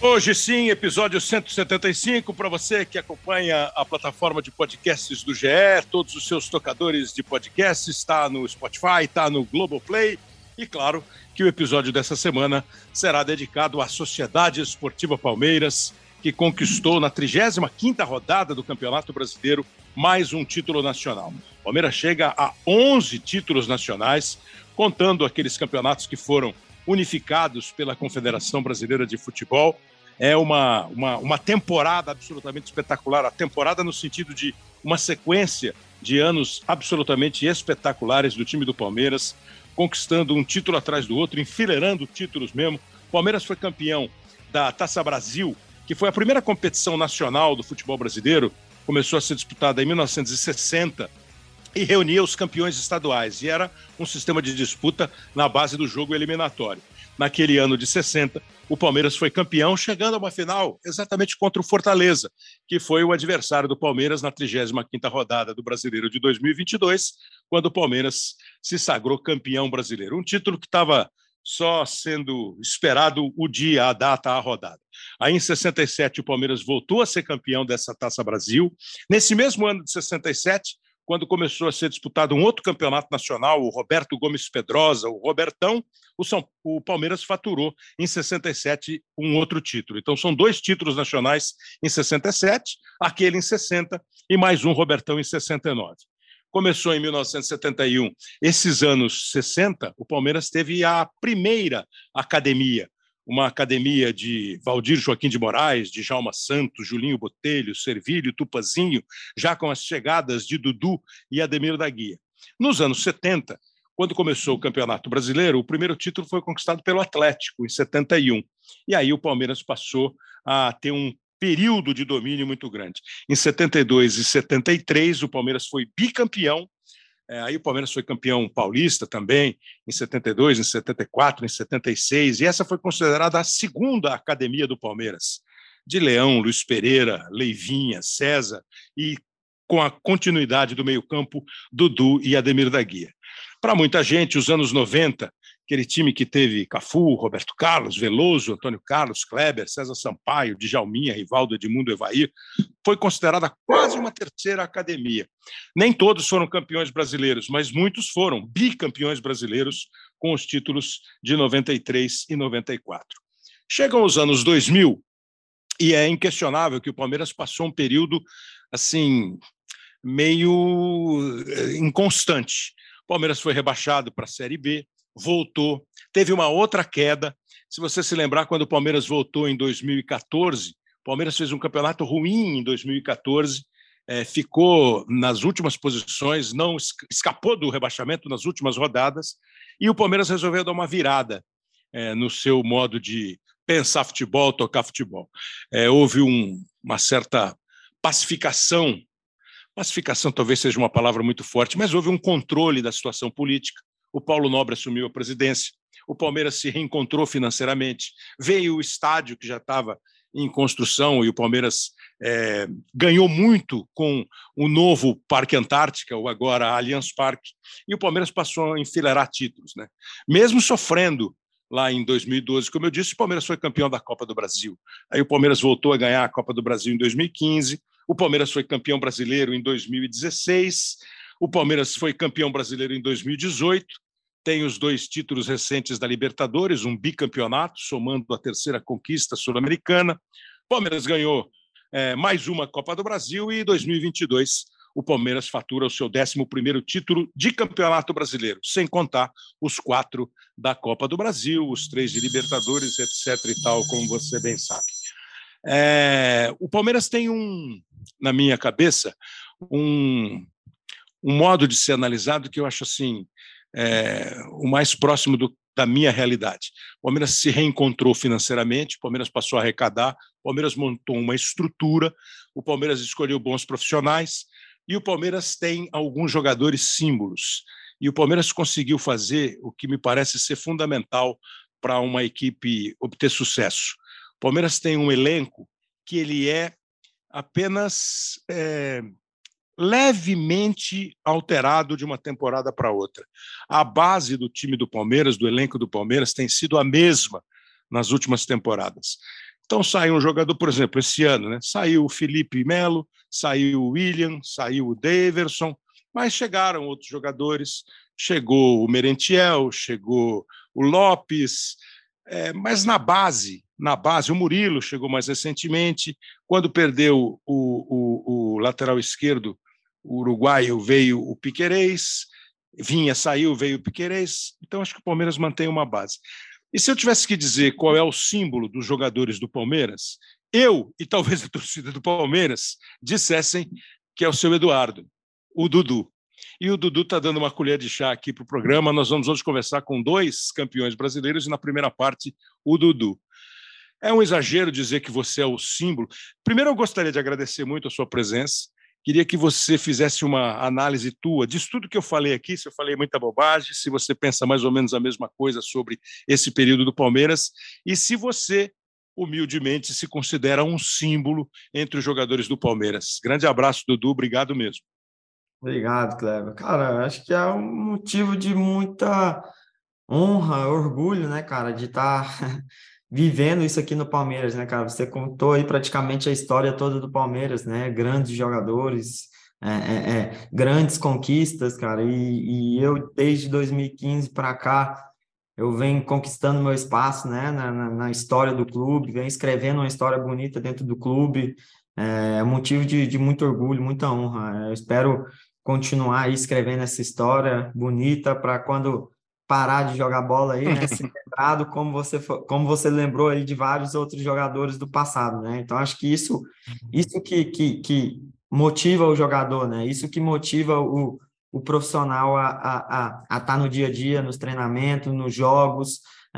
Hoje sim, episódio 175, para você que acompanha a plataforma de podcasts do GE, todos os seus tocadores de podcasts, está no Spotify, está no Globoplay, e claro que o episódio dessa semana será dedicado à Sociedade Esportiva Palmeiras, que conquistou na 35ª rodada do Campeonato Brasileiro mais um título nacional. O Palmeiras chega a 11 títulos nacionais, contando aqueles campeonatos que foram unificados pela Confederação Brasileira de Futebol. É uma temporada absolutamente espetacular, a temporada no sentido de uma sequência de anos absolutamente espetaculares do time do Palmeiras, conquistando um título atrás do outro, enfileirando títulos mesmo. O Palmeiras foi campeão da Taça Brasil, que foi a primeira competição nacional do futebol brasileiro, começou a ser disputada em 1960, e reunia os campeões estaduais, e era um sistema de disputa na base do jogo eliminatório. Naquele ano de 60, o Palmeiras foi campeão, chegando a uma final exatamente contra o Fortaleza, que foi o adversário do Palmeiras na 35ª rodada do Brasileiro de 2022, quando o Palmeiras se sagrou campeão brasileiro. Um título que estava só sendo esperado o dia, a data, a rodada. Aí, em 67, o Palmeiras voltou a ser campeão dessa Taça Brasil. Nesse mesmo ano de 67, quando começou a ser disputado um outro campeonato nacional, o Roberto Gomes Pedrosa, o Robertão, o Palmeiras faturou em 67 um outro título. Então são 2 títulos nacionais em 67, aquele em 60 e mais um Robertão em 69. Começou em 1971. Esses anos 60, o Palmeiras teve a primeira academia, uma academia de Valdir Joaquim de Moraes, de Djalma Santos, Julinho Botelho, Servílio, Tupazinho, já com as chegadas de Dudu e Ademir da Guia. Nos anos 70, quando começou o Campeonato Brasileiro, o primeiro título foi conquistado pelo Atlético, em 71. E aí o Palmeiras passou a ter um período de domínio muito grande. Em 72 e 73, o Palmeiras foi bicampeão. Aí o Palmeiras foi campeão paulista também, em 72, em 74, em 76, e essa foi considerada a segunda academia do Palmeiras, de Leão, Luiz Pereira, Leivinha, César, e com a continuidade do meio-campo, Dudu e Ademir da Guia. Para muita gente, os anos 90, aquele time que teve Cafu, Roberto Carlos, Veloso, Antônio Carlos, Kleber, César Sampaio, Djalminha, Rivaldo, Edmundo, Evair, foi considerada quase uma terceira academia. Nem todos foram campeões brasileiros, mas muitos foram bicampeões brasileiros com os títulos de 93 e 94. Chegam os anos 2000 e é inquestionável que o Palmeiras passou um período assim meio inconstante. O Palmeiras foi rebaixado para a Série B, voltou, teve uma outra queda. Se você se lembrar, quando o Palmeiras voltou em 2014, o Palmeiras fez um campeonato ruim em 2014, ficou nas últimas posições, não escapou do rebaixamento nas últimas rodadas, e o Palmeiras resolveu dar uma virada no seu modo de pensar futebol, tocar futebol. Houve uma certa pacificação talvez seja uma palavra muito forte, mas houve um controle da situação política. O Paulo Nobre assumiu a presidência, o Palmeiras se reencontrou financeiramente, veio o estádio que já estava em construção e o Palmeiras ganhou muito com o novo Parque Antártica, ou agora Allianz Parque, e o Palmeiras passou a enfileirar títulos, né? Mesmo sofrendo lá em 2012, como eu disse, o Palmeiras foi campeão da Copa do Brasil. Aí o Palmeiras voltou a ganhar a Copa do Brasil em 2015, o Palmeiras foi campeão brasileiro em 2016, o Palmeiras foi campeão brasileiro em 2018, tem os 2 títulos recentes da Libertadores, um bicampeonato, somando a terceira conquista sul-americana. O Palmeiras ganhou mais uma Copa do Brasil e em 2022 o Palmeiras fatura o seu 11º título de Campeonato Brasileiro, sem contar os 4 da Copa do Brasil, os 3 de Libertadores, etc. e tal, como você bem sabe. O Palmeiras tem na minha cabeça, um modo de ser analisado que eu acho assim, o mais próximo da minha realidade. O Palmeiras se reencontrou financeiramente, o Palmeiras passou a arrecadar, o Palmeiras montou uma estrutura, o Palmeiras escolheu bons profissionais e o Palmeiras tem alguns jogadores símbolos. E o Palmeiras conseguiu fazer o que me parece ser fundamental para uma equipe obter sucesso. O Palmeiras tem um elenco que ele é apenas levemente alterado de uma temporada para outra. A base do time do Palmeiras, do elenco do Palmeiras, tem sido a mesma nas últimas temporadas. Então sai um jogador, por exemplo, esse ano, né? Saiu o Felipe Melo, saiu o William, saiu o Daverson, mas chegaram outros jogadores, chegou o Merentiel, chegou o Lopes, mas na base, o Murilo chegou mais recentemente, quando perdeu o lateral esquerdo, o uruguaio, veio o Piquerez, saiu, veio o Piquerez, então acho que o Palmeiras mantém uma base. E se eu tivesse que dizer qual é o símbolo dos jogadores do Palmeiras, eu e talvez a torcida do Palmeiras dissessem que é o seu Eduardo, o Dudu. E o Dudu está dando uma colher de chá aqui para o programa. Nós vamos hoje conversar com 2 campeões brasileiros e, na primeira parte, o Dudu. É um exagero dizer que você é o símbolo. Primeiro, eu gostaria de agradecer muito a sua presença. Queria que você fizesse uma análise tua disso tudo que eu falei aqui, se eu falei muita bobagem, se você pensa mais ou menos a mesma coisa sobre esse período do Palmeiras e se você, humildemente, se considera um símbolo entre os jogadores do Palmeiras. Grande abraço, Dudu, obrigado mesmo. Obrigado, Cleber. Cara, acho que é um motivo de muita honra, orgulho, né, cara, de estar vivendo isso aqui no Palmeiras, né, cara? Você contou aí praticamente a história toda do Palmeiras, né? Grandes jogadores, grandes conquistas, cara. E eu, desde 2015 para cá, eu venho conquistando meu espaço, né, na história do clube, venho escrevendo uma história bonita dentro do clube. É motivo de muito orgulho, muita honra. Eu espero continuar aí escrevendo essa história bonita para quando parar de jogar bola aí, né? Ser lembrado como você lembrou aí de vários outros jogadores do passado, né? Então acho que isso que motiva o jogador, né? Isso que motiva o profissional a estar no dia a dia, nos treinamentos, nos jogos,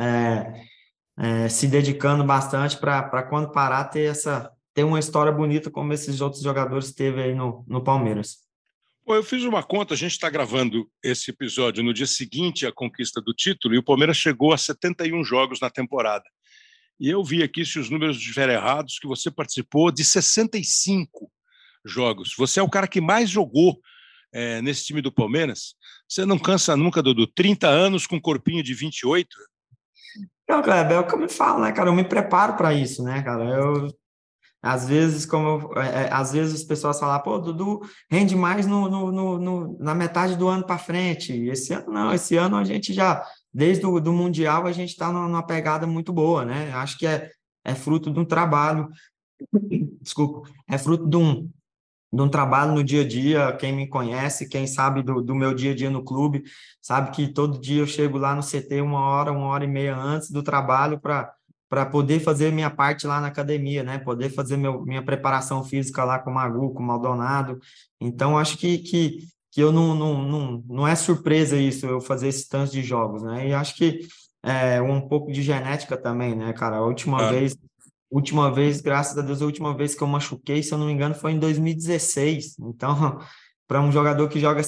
se dedicando bastante para quando parar ter uma história bonita como esses outros jogadores teve aí no Palmeiras. Bom, eu fiz uma conta, a gente está gravando esse episódio no dia seguinte à conquista do título e o Palmeiras chegou a 71 jogos na temporada. E eu vi aqui, se os números estiverem errados, que você participou de 65 jogos. Você é o cara que mais jogou nesse time do Palmeiras. Você não cansa nunca, Dudu. 30 anos com um corpinho de 28. Então, Kleber, é o que eu me falo, né, cara? Eu me preparo para isso, né, cara? Às vezes, às vezes as pessoas falam, pô, Dudu rende mais na metade do ano para frente. Esse ano não, esse ano a gente já, desde o do Mundial, a gente está numa pegada muito boa, né? Acho que é fruto de um trabalho, desculpa, é fruto de um trabalho no dia a dia. Quem me conhece, quem sabe do meu dia a dia no clube, sabe que todo dia eu chego lá no CT uma hora e meia antes do trabalho para poder fazer minha parte lá na academia, né? Poder fazer minha preparação física lá com o Magu, com o Maldonado. Então, acho que eu não é surpresa isso, eu fazer esse tanto de jogos, né? E acho que é um pouco de genética também, né, cara? Claro. Última vez, graças a Deus, a última vez que eu machuquei, se eu não me engano, foi em 2016. Então, para um jogador que joga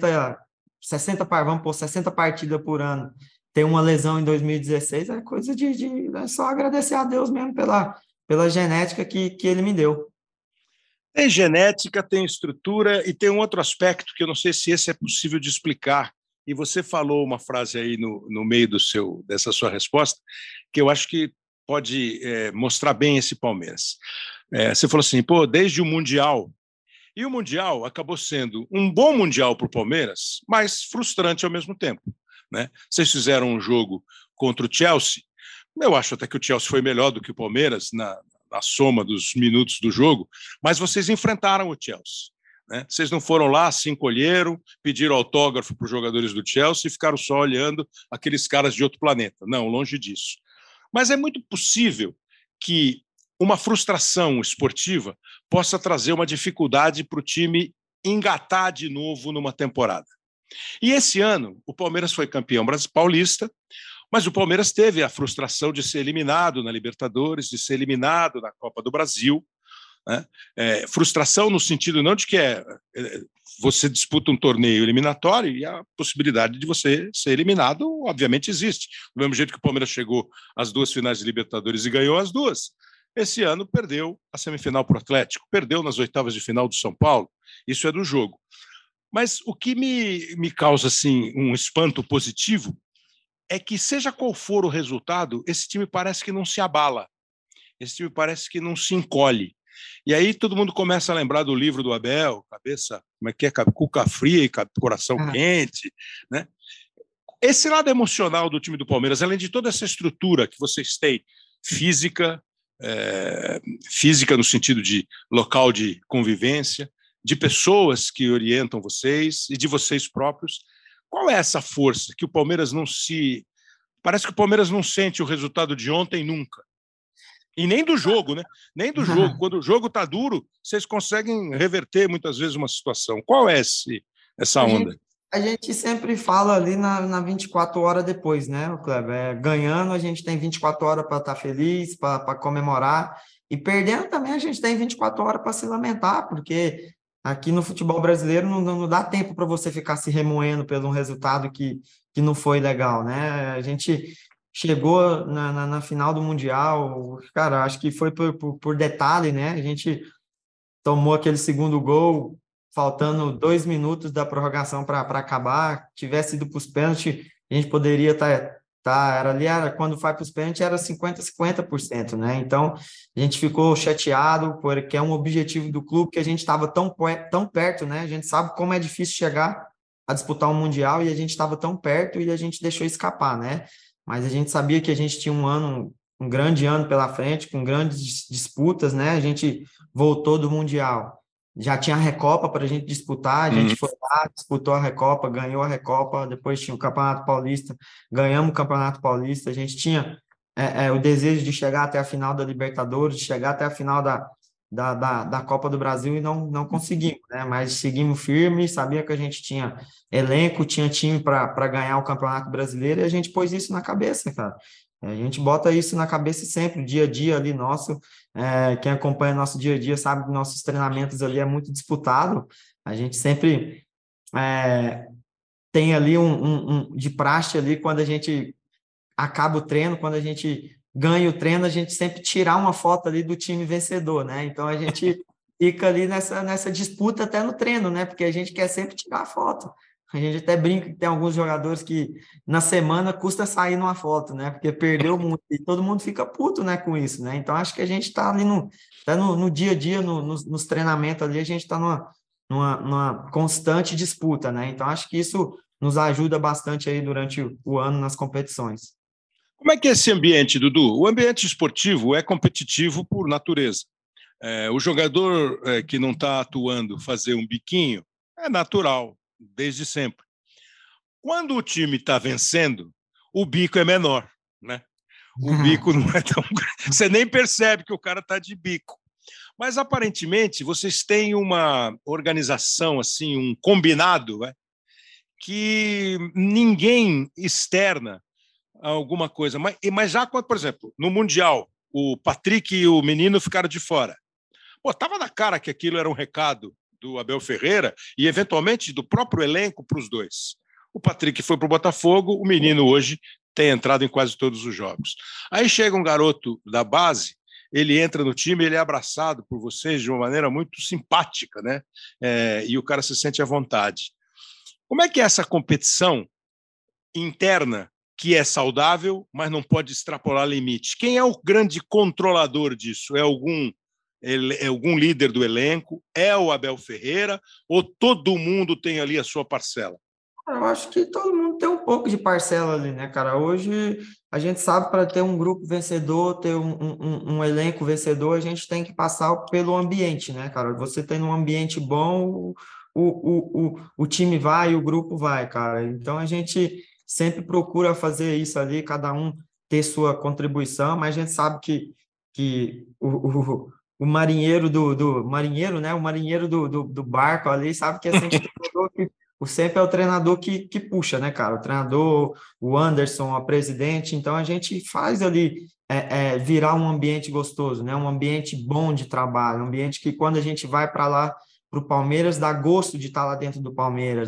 60 partidas por ano, ter uma lesão em 2016 é coisa é só agradecer a Deus mesmo pela genética que ele me deu. Tem genética, tem estrutura e tem um outro aspecto que eu não sei se esse é possível de explicar. E você falou uma frase aí no meio dessa sua resposta que eu acho que pode mostrar bem esse Palmeiras. Você falou assim, pô, desde o Mundial. E o Mundial acabou sendo um bom Mundial para o Palmeiras, mas frustrante ao mesmo tempo. Né? Vocês fizeram um jogo contra o Chelsea. Eu acho até que o Chelsea foi melhor do que o Palmeiras na soma dos minutos do jogo, mas vocês enfrentaram o Chelsea. Né? Vocês não foram lá, se encolheram, pediram autógrafo para os jogadores do Chelsea e ficaram só olhando aqueles caras de outro planeta. Não, longe disso. Mas é muito possível que uma frustração esportiva possa trazer uma dificuldade para o time engatar de novo numa temporada. E esse ano, o Palmeiras foi campeão paulista, mas o Palmeiras teve a frustração de ser eliminado na Libertadores, de ser eliminado na Copa do Brasil. Né? Frustração no sentido não de que você disputa um torneio eliminatório e a possibilidade de você ser eliminado, obviamente, existe. Do mesmo jeito que o Palmeiras chegou às 2 finais de Libertadores e ganhou as 2. Esse ano perdeu a semifinal para o Atlético, perdeu nas oitavas de final do São Paulo. Isso é do jogo. Mas o que me causa assim, um espanto positivo é que, seja qual for o resultado, esse time parece que não se abala. esse time parece que não se encolhe. E aí todo mundo começa a lembrar do livro do Abel, cabeça, como é que é? Cuca fria e coração quente, né? Esse lado emocional do time do Palmeiras, além de toda essa estrutura que vocês têm, física, física no sentido de local de convivência, de pessoas que orientam vocês e de vocês próprios, qual é essa força que o Palmeiras não se... Parece que o Palmeiras não sente o resultado de ontem nunca. E nem do jogo, né? Nem do jogo. Quando o jogo está duro, vocês conseguem reverter muitas vezes uma situação. Qual é essa onda? A gente sempre fala ali na 24 horas depois, né, Kleber? Ganhando, a gente tem 24 horas para estar feliz, para comemorar. E perdendo também, a gente tem 24 horas para se lamentar, porque aqui no futebol brasileiro não dá tempo para você ficar se remoendo pelo resultado que não foi legal, né? A gente chegou na final do Mundial, cara, acho que foi por detalhe, né? A gente tomou aquele segundo gol, faltando 2 minutos da prorrogação para acabar. Tivesse ido para os pênaltis, a gente poderia era quando vai para os pênaltis era 50-50%, né? Então, a gente ficou chateado, porque é um objetivo do clube que a gente estava tão perto, né? A gente sabe como é difícil chegar a disputar um Mundial e a gente estava tão perto e a gente deixou escapar, né? Mas a gente sabia que a gente tinha um grande ano pela frente, com grandes disputas, né? A gente voltou do Mundial. Já tinha a Recopa para a gente disputar, a gente foi lá, disputou a Recopa, ganhou a Recopa, depois tinha o Campeonato Paulista, ganhamos o Campeonato Paulista, a gente tinha o desejo de chegar até a final da Libertadores, de chegar até a final da Copa do Brasil e não conseguimos, né? Mas seguimos firme, sabia que a gente tinha elenco, tinha time para ganhar o Campeonato Brasileiro e a gente pôs isso na cabeça, cara. A gente bota isso na cabeça sempre, o dia a dia ali nosso, quem acompanha nosso dia a dia sabe que nossos treinamentos ali é muito disputado, a gente sempre tem ali de praxe ali, quando a gente acaba o treino, quando a gente ganha o treino, a gente sempre tirar uma foto ali do time vencedor, né? Então a gente fica ali nessa disputa até no treino, né? Porque a gente quer sempre tirar a foto. A gente até brinca que tem alguns jogadores que na semana custa sair numa foto, né? Porque perdeu muito e todo mundo fica puto, né, com isso, né? Então acho que a gente está ali no dia a dia, nos treinamentos ali, a gente está numa constante disputa, né? Então acho que isso nos ajuda bastante aí durante o ano nas competições. Como é que é esse ambiente, Dudu? O ambiente esportivo é competitivo por natureza. O jogador que não está atuando fazer um biquinho é natural, desde sempre. Quando o time está vencendo, o bico é menor, né? O bico não é tão grande. Você nem percebe que o cara está de bico. Mas, aparentemente, vocês têm uma organização, assim, um combinado, né? Que ninguém externa alguma coisa. Mas já, por exemplo, no Mundial, o Patrick e o menino ficaram de fora. Pô, tava na cara que aquilo era um recado do Abel Ferreira e, eventualmente, do próprio elenco para os dois. O Patrick foi para o Botafogo, o menino hoje tem entrado em quase todos os jogos. Aí chega um garoto da base, ele entra no time, ele é abraçado por vocês de uma maneira muito simpática, né? E o cara se sente à vontade. Como é que é essa competição interna que é saudável, mas não pode extrapolar limites? Quem é o grande controlador disso? É algum líder do elenco? É o Abel Ferreira? Ou todo mundo tem ali a sua parcela? Eu acho que todo mundo tem um pouco de parcela ali, né, cara? Hoje a gente sabe para ter um grupo vencedor, ter um elenco vencedor, a gente tem que passar pelo ambiente, né, cara? Você tendo um ambiente bom, o time vai, o grupo vai, cara. Então a gente sempre procura fazer isso ali, cada um ter sua contribuição, mas a gente sabe que o marinheiro do marinheiro, né? O marinheiro do barco ali sabe que é sempre o treinador sempre é o treinador que puxa, né, cara? O treinador, o Anderson, a presidente. Então a gente faz ali virar um ambiente gostoso, né? Um ambiente bom de trabalho, um ambiente que quando a gente vai para lá para o Palmeiras dá gosto de estar lá dentro do Palmeiras,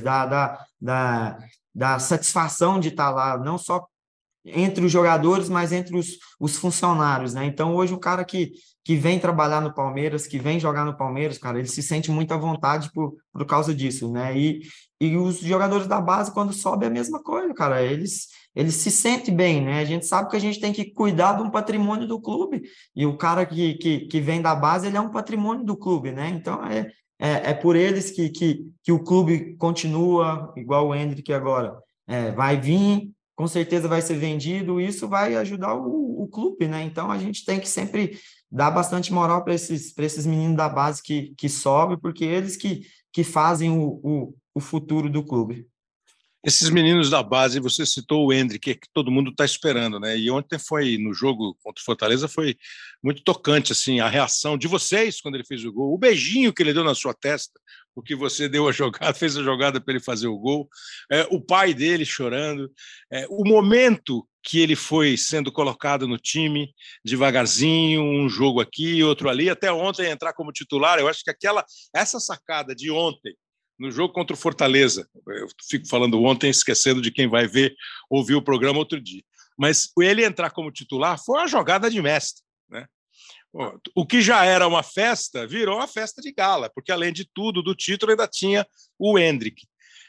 dá satisfação de estar lá, não só entre os jogadores, mas entre os funcionários, né? Então, hoje, o cara que vem trabalhar no Palmeiras, que vem jogar no Palmeiras, cara, ele se sente muito à vontade por causa disso, né? E os jogadores da base, quando sobe, é a mesma coisa, cara. Eles ele se sente bem, né? A gente sabe que a gente tem que cuidar de um patrimônio do clube, e o cara que vem da base, ele é um patrimônio do clube, né? Então, é por eles que o clube continua, igual o Endrick agora. Vai vir, com certeza vai ser vendido, isso vai ajudar o clube, né? Então, a gente tem que sempre dar bastante moral para esses meninos da base que sobem, porque eles que fazem o futuro do clube. Esses meninos da base, você citou o Endrick, que todo mundo está esperando, né? E ontem foi no jogo contra o Fortaleza, foi muito tocante, assim, a reação de vocês quando ele fez o gol, o beijinho que ele deu na sua testa, porque você deu a jogada, fez a jogada para ele fazer o gol, o pai dele chorando, o momento que ele foi sendo colocado no time devagarzinho, um jogo aqui, outro ali, até ontem entrar como titular. Eu acho que essa sacada de ontem no jogo contra o Fortaleza, eu fico falando ontem, esquecendo de quem vai ouvir o programa outro dia, mas ele entrar como titular foi uma jogada de mestre, né? O que já era uma festa virou uma festa de gala, porque além de tudo, do título ainda tinha o Endrick.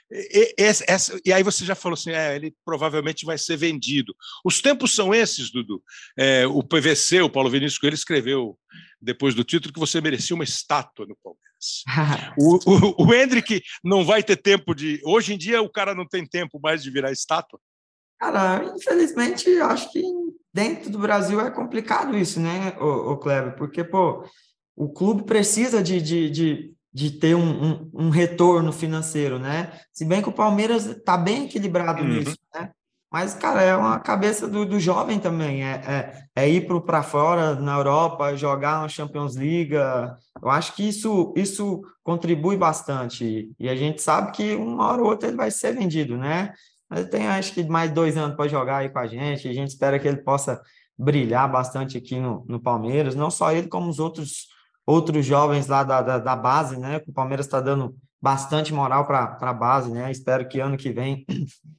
E aí você já falou assim, ele provavelmente vai ser vendido. Os tempos são esses, Dudu. O PVC, o Paulo Vinícius Coelho, escreveu depois do título que você merecia uma estátua no Palmeiras. O Endrick não vai ter tempo de... Hoje em dia o cara não tem tempo mais de virar estátua. Cara, infelizmente, eu acho que dentro do Brasil é complicado isso, né, o Kleber? Porque, pô, o clube precisa de ter um retorno financeiro, né? Se bem que o Palmeiras está bem equilibrado Uhum. nisso, né? Mas, cara, é uma cabeça do jovem também, é ir para fora, na Europa, jogar uma Champions League. Eu acho que isso contribui bastante. E a gente sabe que uma hora ou outra ele vai ser vendido, né? Mas ele tem, acho que, mais 2 anos para jogar aí com a gente espera que ele possa brilhar bastante aqui no Palmeiras, não só ele, como os outros jovens lá da base, né? O Palmeiras está dando bastante moral para a base, né? Espero que ano que vem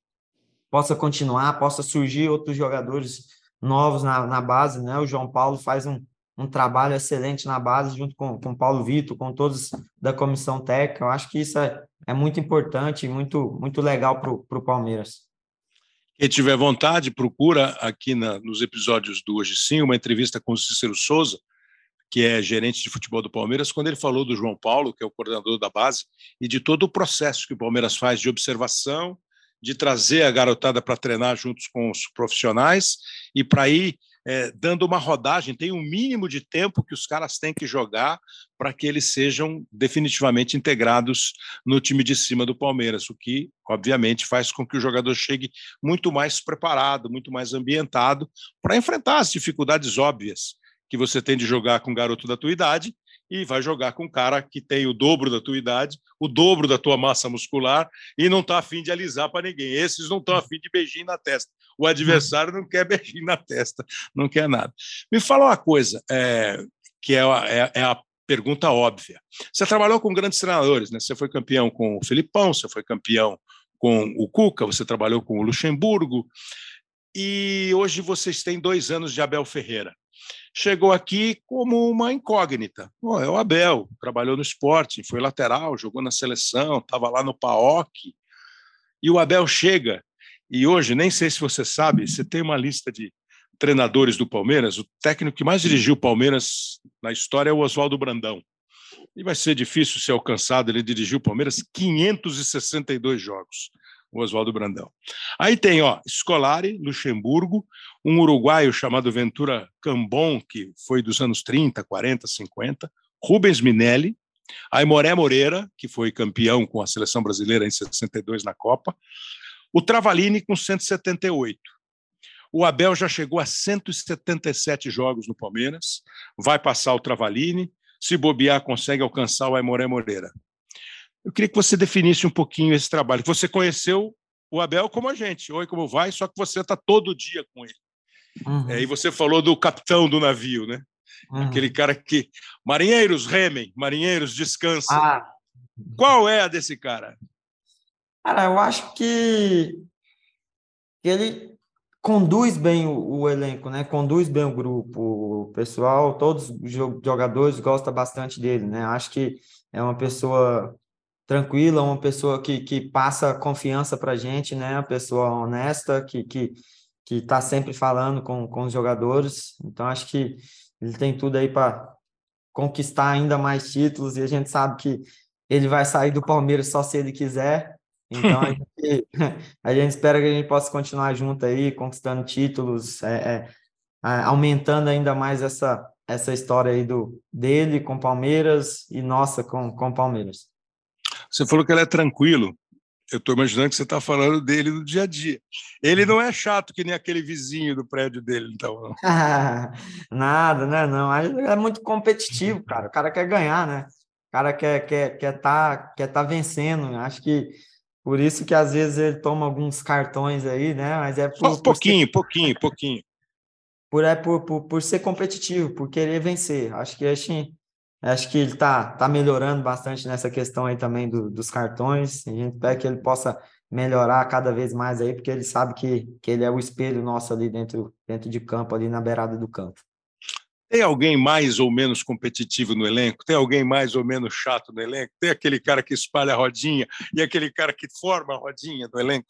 possa continuar, possa surgir outros jogadores novos na base, né? O João Paulo faz um trabalho excelente na base, junto com o Paulo Vitor, com todos da comissão técnica. Eu acho que isso é muito importante e muito legal para o Palmeiras. Quem tiver vontade, procura aqui nos episódios do Hoje Sim, uma entrevista com o Cícero Souza, que é gerente de futebol do Palmeiras, quando ele falou do João Paulo, que é o coordenador da base, e de todo o processo que o Palmeiras faz de observação, de trazer a garotada para treinar juntos com os profissionais e para ir dando uma rodagem. Tem um mínimo de tempo que os caras têm que jogar para que eles sejam definitivamente integrados no time de cima do Palmeiras, o que, obviamente, faz com que o jogador chegue muito mais preparado, muito mais ambientado para enfrentar as dificuldades óbvias que você tem de jogar com um garoto da tua idade e vai jogar com um cara que tem o dobro da tua idade, o dobro da tua massa muscular e não está afim de alisar para ninguém. Esses não estão afim de beijinho na testa. O adversário não quer beijinho na testa, não quer nada. Me fala uma coisa, que é a pergunta óbvia. Você trabalhou com grandes treinadores, né? Você foi campeão com o Felipão, você foi campeão com o Cuca, você trabalhou com o Luxemburgo, e hoje vocês têm 2 anos de Abel Ferreira. Chegou aqui como uma incógnita. É o Abel, trabalhou no esporte, foi lateral, jogou na seleção, estava lá no PAOK. E o Abel chega, e hoje, nem sei se você sabe, você tem uma lista de treinadores do Palmeiras, o técnico que mais dirigiu o Palmeiras na história é o Oswaldo Brandão. E vai ser difícil ser alcançado, ele dirigiu o Palmeiras 562 jogos, o Oswaldo Brandão. Aí tem, Scolari, Luxemburgo, um uruguaio chamado Ventura Cambon, que foi dos anos 30, 40, 50, Rubens Minelli, Aimoré Moreira, que foi campeão com a seleção brasileira em 62 na Copa, o Travalini com 178. O Abel já chegou a 177 jogos no Palmeiras, vai passar o Travalini, se bobear, consegue alcançar o Aimoré Moreira. Eu queria que você definisse um pouquinho esse trabalho. Você conheceu o Abel como a gente, oi, como vai, só que você está todo dia com ele. E você falou do capitão do navio, né? Aquele cara que... Marinheiros, remem, marinheiros, descansem. Qual é a desse cara? Cara, eu acho que ele conduz bem o elenco, né? Conduz bem o grupo. O pessoal, todos os jogadores gostam bastante dele, né? Acho que é uma pessoa tranquila, uma pessoa que passa confiança para a gente, né? Uma pessoa honesta, que está sempre falando com os jogadores. Então, acho que ele tem tudo aí para conquistar ainda mais títulos, e a gente sabe que ele vai sair do Palmeiras só se ele quiser. Então, a gente espera que a gente possa continuar junto aí, conquistando títulos, aumentando ainda mais essa história aí dele com Palmeiras e nossa com Palmeiras. Você falou que ele é tranquilo. Eu estou imaginando que você está falando dele no dia a dia. Ele não é chato que nem aquele vizinho do prédio dele, então. Nada, né? Não, é muito competitivo, cara. O cara quer ganhar, né? O cara quer tá vencendo. Acho que por isso que às vezes ele toma alguns cartões aí, né? Mas é Só pouquinho. por ser competitivo, por querer vencer. Acho que ele tá melhorando bastante nessa questão aí também dos cartões. A gente espera que ele possa melhorar cada vez mais aí, porque ele sabe que ele é o espelho nosso ali dentro de campo, ali na beirada do campo. Tem alguém mais ou menos competitivo no elenco? Tem alguém mais ou menos chato no elenco? Tem aquele cara que espalha a rodinha e aquele cara que forma a rodinha no elenco?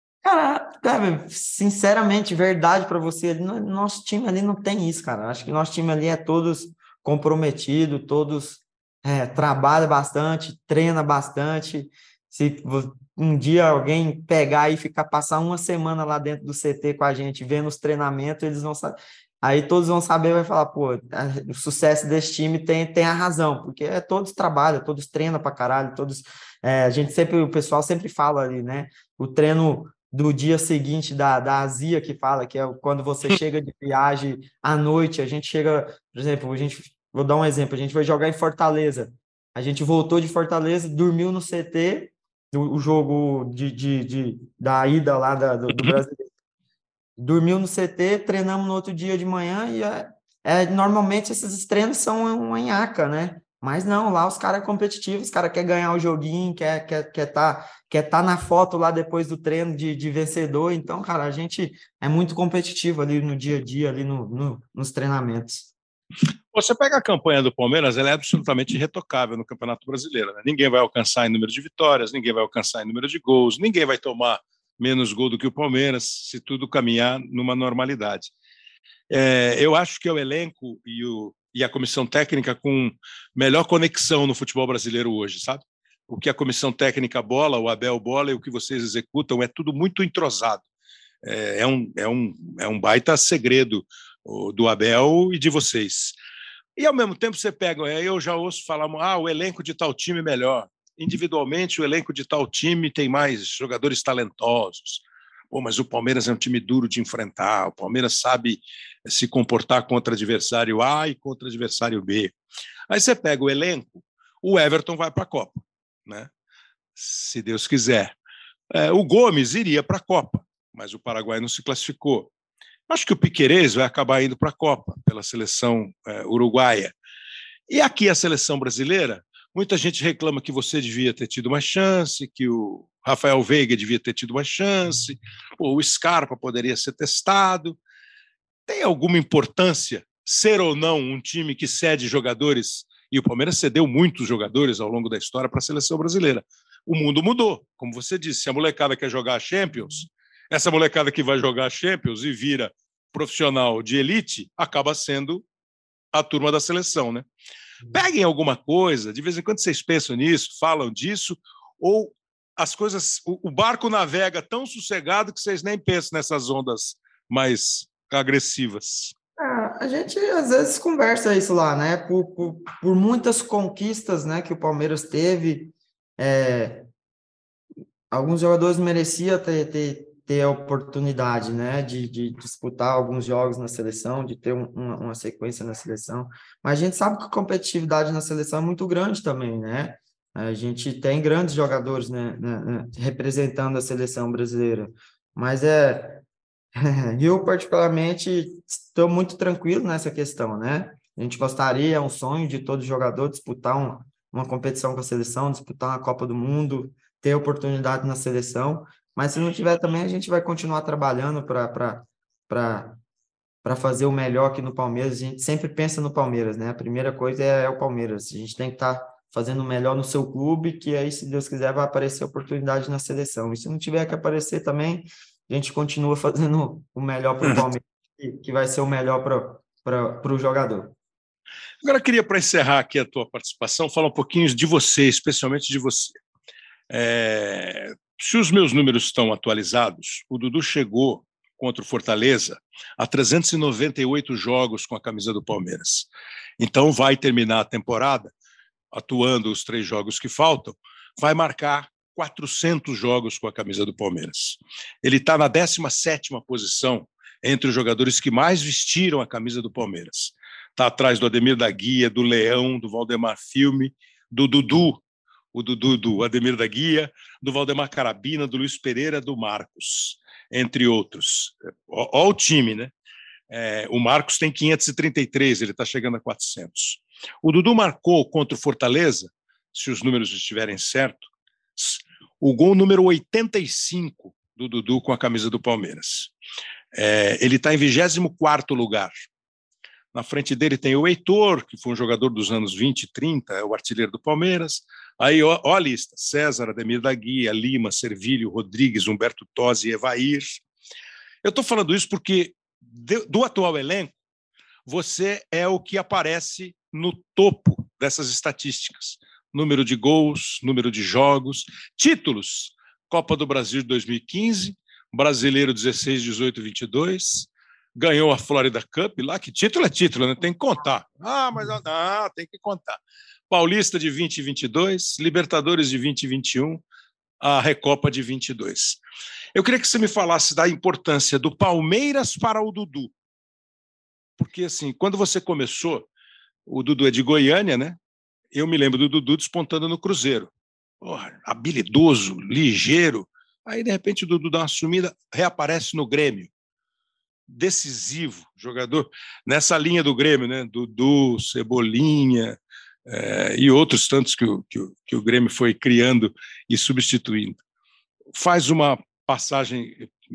Cara, sinceramente, verdade para você, nosso time ali não tem isso, cara. Acho que nosso time ali é todos comprometidos, todos trabalha bastante, treina bastante. Se um dia alguém pegar e ficar passar uma semana lá dentro do CT com a gente, vendo os treinamentos, eles vão saber. Aí todos vão saber, vai falar, pô, o sucesso desse time tem a razão, porque todos trabalham, todos treinam pra caralho, todos. O pessoal sempre fala ali, né? O treino do dia seguinte da azia que fala, que é quando você chega de viagem à noite, a gente chega, por exemplo, vou dar um exemplo, a gente vai jogar em Fortaleza, a gente voltou de Fortaleza, dormiu no CT, o jogo da ida lá do Brasil, dormiu no CT, treinamos no outro dia de manhã e normalmente esses treinos são uma nhaca, né? Mas não, lá os caras competitivos, os caras querem ganhar o joguinho, quer tá na foto lá depois do treino de vencedor. Então, cara, a gente é muito competitivo ali no dia a dia, ali nos treinamentos. Você pega a campanha do Palmeiras, ela é absolutamente irretocável no Campeonato Brasileiro. Né? Ninguém vai alcançar em número de vitórias, ninguém vai alcançar em número de gols, ninguém vai tomar menos gol do que o Palmeiras, se tudo caminhar numa normalidade. Eu acho que é o elenco e a comissão técnica com melhor conexão no futebol brasileiro hoje, sabe? O que a comissão técnica bola, o Abel bola e o que vocês executam é tudo muito entrosado. É um baita segredo do Abel e de vocês. E ao mesmo tempo você pega, eu já ouço falar, o elenco de tal time é melhor. Individualmente, o elenco de tal time tem mais jogadores talentosos. Pô, mas o Palmeiras é um time duro de enfrentar, o Palmeiras sabe se comportar contra adversário A e contra adversário B. Aí você pega o elenco, o Everton vai para a Copa, né? Se Deus quiser. O Gomes iria para a Copa, mas o Paraguai não se classificou. Acho que o Piquerez vai acabar indo para a Copa, pela seleção uruguaia. E aqui a seleção brasileira, muita gente reclama que você devia ter tido uma chance, que o Rafael Veiga devia ter tido uma chance, o Scarpa poderia ser testado. Tem alguma importância ser ou não um time que cede jogadores? E o Palmeiras cedeu muitos jogadores ao longo da história para a seleção brasileira. O mundo mudou, como você disse, se a molecada quer jogar a Champions, essa molecada que vai jogar a Champions e vira profissional de elite, acaba sendo a turma da seleção, né? Peguem alguma coisa, de vez em quando vocês pensam nisso, falam disso, ou as coisas, o barco navega tão sossegado que vocês nem pensam nessas ondas mais agressivas. A gente às vezes conversa isso lá, né? Por muitas conquistas, né, que o Palmeiras teve, alguns jogadores mereciam ter a oportunidade, né, de disputar alguns jogos na seleção, de ter uma sequência na seleção. Mas a gente sabe que a competitividade na seleção é muito grande também, né? A gente tem grandes jogadores, né, representando a seleção brasileira. Mas eu, particularmente, estou muito tranquilo nessa questão, né? A gente gostaria, é um sonho de todo jogador disputar uma competição com a seleção, disputar uma Copa do Mundo, ter oportunidade na seleção, mas se não tiver também, a gente vai continuar trabalhando para fazer o melhor aqui no Palmeiras. A gente sempre pensa no Palmeiras, né? A primeira coisa é o Palmeiras. A gente tem que estar fazendo o melhor no seu clube, que aí, se Deus quiser, vai aparecer oportunidade na seleção. E se não tiver que aparecer também, a gente continua fazendo o melhor para o Palmeiras, que vai ser o melhor para o jogador. Agora, eu queria, para encerrar aqui a tua participação, falar um pouquinho de você, especialmente de você. Se os meus números estão atualizados, o Dudu chegou contra o Fortaleza a 398 jogos com a camisa do Palmeiras. Então vai terminar a temporada, atuando os 3 jogos que faltam, vai marcar 400 jogos com a camisa do Palmeiras. Ele está na 17ª posição entre os jogadores que mais vestiram a camisa do Palmeiras. Está atrás do Ademir da Guia, do Leão, do Valdemar Filme, do Dudu, o Dudu do Ademir da Guia, do Valdemar Carabina, do Luiz Pereira, do Marcos, entre outros. Olha o time, né? O Marcos tem 533, ele está chegando a 400. O Dudu marcou contra o Fortaleza, se os números estiverem certos, o gol número 85 do Dudu com a camisa do Palmeiras. Ele está em 24º lugar. Na frente dele tem o Heitor, que foi um jogador dos anos 20 e 30, é o artilheiro do Palmeiras. Aí, ó a lista: César, Ademir da Guia, Lima, Servílio, Rodrigues, Humberto Tosi e Evair. Eu estou falando isso porque, do atual elenco, você é o que aparece no topo dessas estatísticas. Número de gols, número de jogos, títulos. Copa do Brasil de 2015, Brasileiro 16, 18 e 22, ganhou a Florida Cup lá, que título é título, né? Tem que contar. Tem que contar. Paulista de 20 e 22, Libertadores de 20 e 21, a Recopa de 22. Eu queria que você me falasse da importância do Palmeiras para o Dudu. Porque, assim, quando você começou, o Dudu é de Goiânia, né? Eu me lembro do Dudu despontando no Cruzeiro. Habilidoso, ligeiro. Aí, de repente, o Dudu dá uma sumida, reaparece no Grêmio. Decisivo, jogador nessa linha do Grêmio, né? Dudu, Cebolinha, e outros tantos que o Grêmio foi criando e substituindo. Faz uma passagem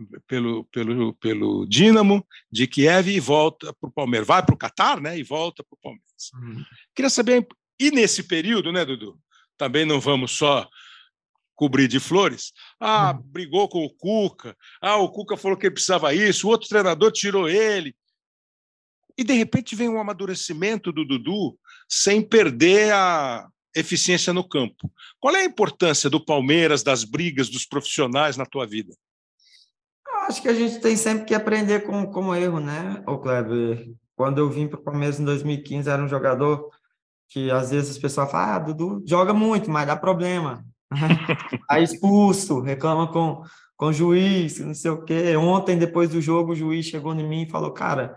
pelo Dínamo de Kiev e volta para o Palmeiras. Vai para o Catar, né? E volta para o Palmeiras. Queria saber, e nesse período, né, Dudu? Também não vamos só cobrir de flores. Brigou com o Cuca. O Cuca falou que ele precisava isso. O outro treinador tirou ele. E, de repente, vem um amadurecimento do Dudu sem perder a eficiência no campo. Qual é a importância do Palmeiras, das brigas, dos profissionais na tua vida? Eu acho que a gente tem sempre que aprender com o erro, né, ô Kleber? Quando eu vim para o Palmeiras em 2015, era um jogador que, às vezes, as pessoas falam, Dudu joga muito, mas dá problema. Aí expulso, reclama com o juiz, não sei o quê. Ontem, depois do jogo, o juiz chegou em mim e falou, cara,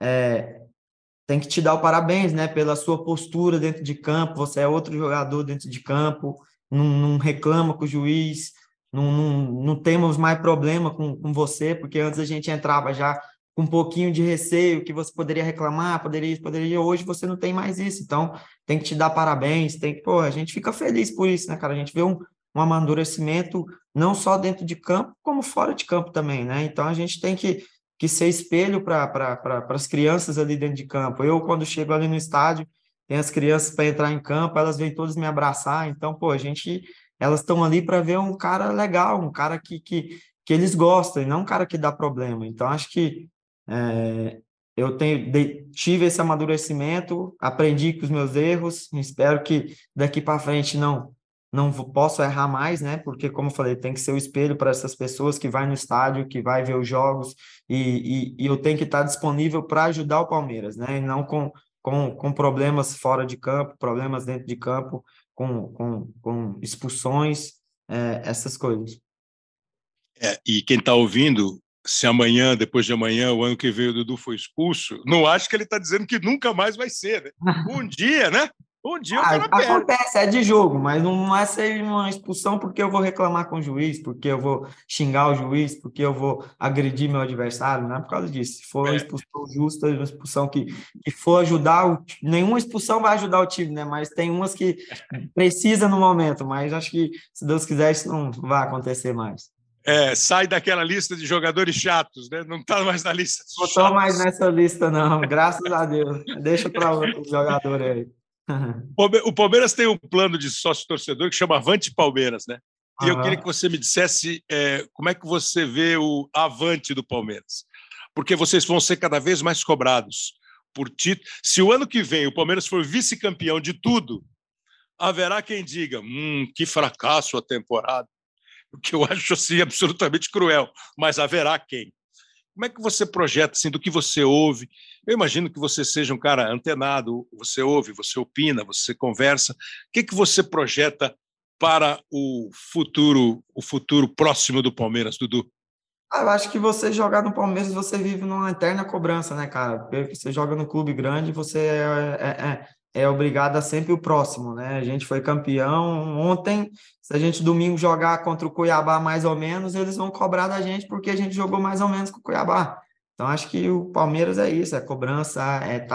tem que te dar o parabéns, né, pela sua postura dentro de campo, você é outro jogador dentro de campo, não reclama com o juiz, não temos mais problema com você, porque antes a gente entrava já com um pouquinho de receio, que você poderia reclamar, poderia, hoje você não tem mais isso, então tem que te dar parabéns, a gente fica feliz por isso, né, cara, a gente vê um amadurecimento não só dentro de campo, como fora de campo também, né, então a gente tem que ser espelho para as crianças ali dentro de campo. Eu, quando chego ali no estádio, tem as crianças para entrar em campo, elas vêm todas me abraçar, então, elas estão ali para ver um cara legal, um cara que eles gostam, e não um cara que dá problema. Então, acho que eu tive esse amadurecimento, aprendi com os meus erros, espero que daqui para frente não posso errar mais, né? Porque, como eu falei, tem que ser o espelho para essas pessoas que vai no estádio, que vai ver os jogos, e eu tenho que estar disponível para ajudar o Palmeiras, né? E não com problemas fora de campo, problemas dentro de campo, com expulsões, essas coisas. E quem está ouvindo, se amanhã, depois de amanhã, o ano que vem o Dudu foi expulso, não acho que ele está dizendo que nunca mais vai ser, né? Um dia, né? Um dia o cara perde. Acontece, é de jogo, mas não é ser uma expulsão porque eu vou reclamar com o juiz, porque eu vou xingar o juiz, porque eu vou agredir meu adversário, não é por causa disso. Se for uma expulsão justa, uma expulsão que for ajudar, nenhuma expulsão vai ajudar o time, né? Mas tem umas que precisa no momento, mas acho que, se Deus quiser, isso não vai acontecer mais. Sai daquela lista de jogadores chatos, né? Não está mais na lista. Não estou mais nessa lista, não, graças a Deus. Deixa para outro jogador aí. O Palmeiras tem um plano de sócio-torcedor que chama Avante Palmeiras, né? E eu queria que você me dissesse como é que você vê o avante do Palmeiras. Porque vocês vão ser cada vez mais cobrados por título. Se o ano que vem o Palmeiras for vice-campeão de tudo, haverá quem diga, que fracasso a temporada. O que eu acho assim absolutamente cruel, mas haverá quem. Como é que você projeta, assim, do que você ouve? Eu imagino que você seja um cara antenado, você ouve, você opina, você conversa. O que você projeta para o futuro próximo do Palmeiras, Dudu? Eu acho que você jogar no Palmeiras, você vive numa eterna cobrança, né, cara? Porque você joga no clube grande, você é obrigado a sempre o próximo, né? A gente foi campeão ontem, se a gente domingo jogar contra o Cuiabá mais ou menos, eles vão cobrar da gente porque a gente jogou mais ou menos com o Cuiabá. Então, acho que o Palmeiras é isso, é cobrança,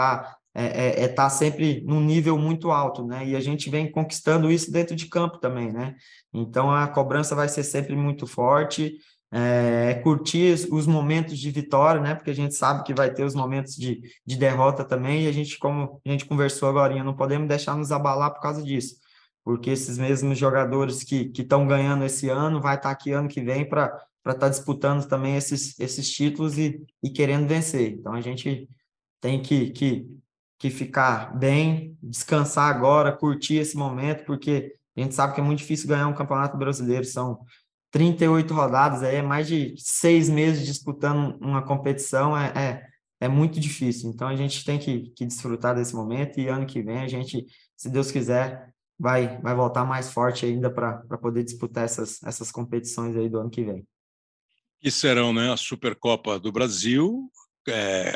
tá sempre num nível muito alto, né? E a gente vem conquistando isso dentro de campo também, né? Então, a cobrança vai ser sempre muito forte, curtir os momentos de vitória, né? Porque a gente sabe que vai ter os momentos de derrota também, e a gente, como a gente conversou agora, não podemos deixar nos abalar por causa disso, porque esses mesmos jogadores que estão ganhando esse ano, vai estar aqui ano que vem para estar disputando também esses títulos e querendo vencer. Então a gente tem que ficar bem, descansar agora, curtir esse momento, porque a gente sabe que é muito difícil ganhar um campeonato brasileiro, são 38 rodadas, aí é mais de 6 meses disputando uma competição, é muito difícil. Então a gente tem que desfrutar desse momento e ano que vem a gente, se Deus quiser, vai voltar mais forte ainda para poder disputar essas competições aí do ano que vem. Que serão, né, a Supercopa do Brasil, é,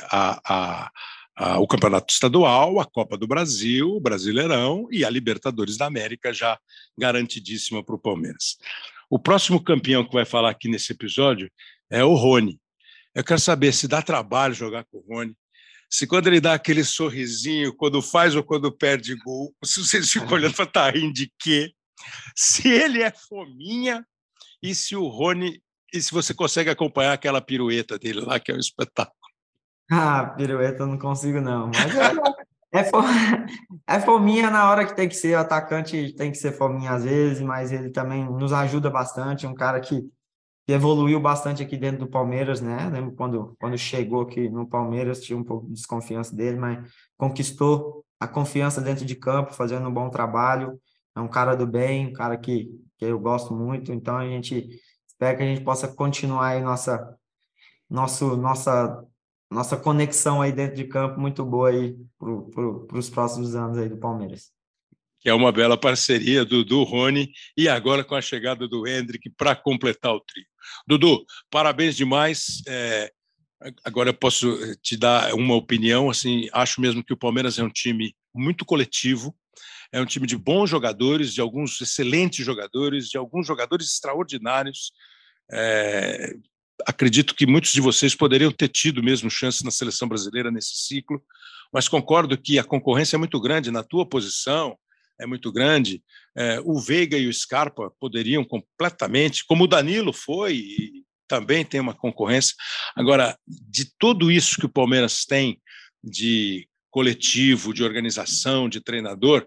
o Campeonato Estadual, a Copa do Brasil, o Brasileirão e a Libertadores da América já garantidíssima para o Palmeiras. O próximo campeão que vai falar aqui nesse episódio é o Rony. Eu quero saber se dá trabalho jogar com o Rony, se quando ele dá aquele sorrisinho, quando faz ou quando perde gol, se vocês ficam olhando para estar rindo de quê, se ele é fominha e se o Rony, e se você consegue acompanhar aquela pirueta dele lá, que é um espetáculo. Ah, pirueta eu não consigo não, mas é, fo- é fominha na hora que tem que ser, o atacante tem que ser fominha às vezes, mas ele também nos ajuda bastante, é um cara que evoluiu bastante aqui dentro do Palmeiras, né? Lembro quando chegou aqui no Palmeiras, tinha um pouco de desconfiança dele, mas conquistou a confiança dentro de campo, fazendo um bom trabalho. É um cara do bem, um cara que eu gosto muito. Então a gente espera que a gente possa continuar aí nosso, nossa, nossa conexão aí dentro de campo muito boa aí para os próximos anos aí do Palmeiras. Que é uma bela parceria do Rony e agora com a chegada do Hendrick para completar o trio. Dudu, parabéns demais. Agora eu posso te dar uma opinião. Assim, acho mesmo que o Palmeiras é um time muito coletivo, é um time de bons jogadores, de alguns excelentes jogadores, de alguns jogadores extraordinários. É, acredito que muitos de vocês poderiam ter tido mesmo chance na seleção brasileira nesse ciclo, mas concordo que a concorrência é muito grande na tua posição, é muito grande. O Veiga e o Scarpa poderiam completamente, como o Danilo foi, e também tem uma concorrência. Agora, de tudo isso que o Palmeiras tem de coletivo, de organização, de treinador,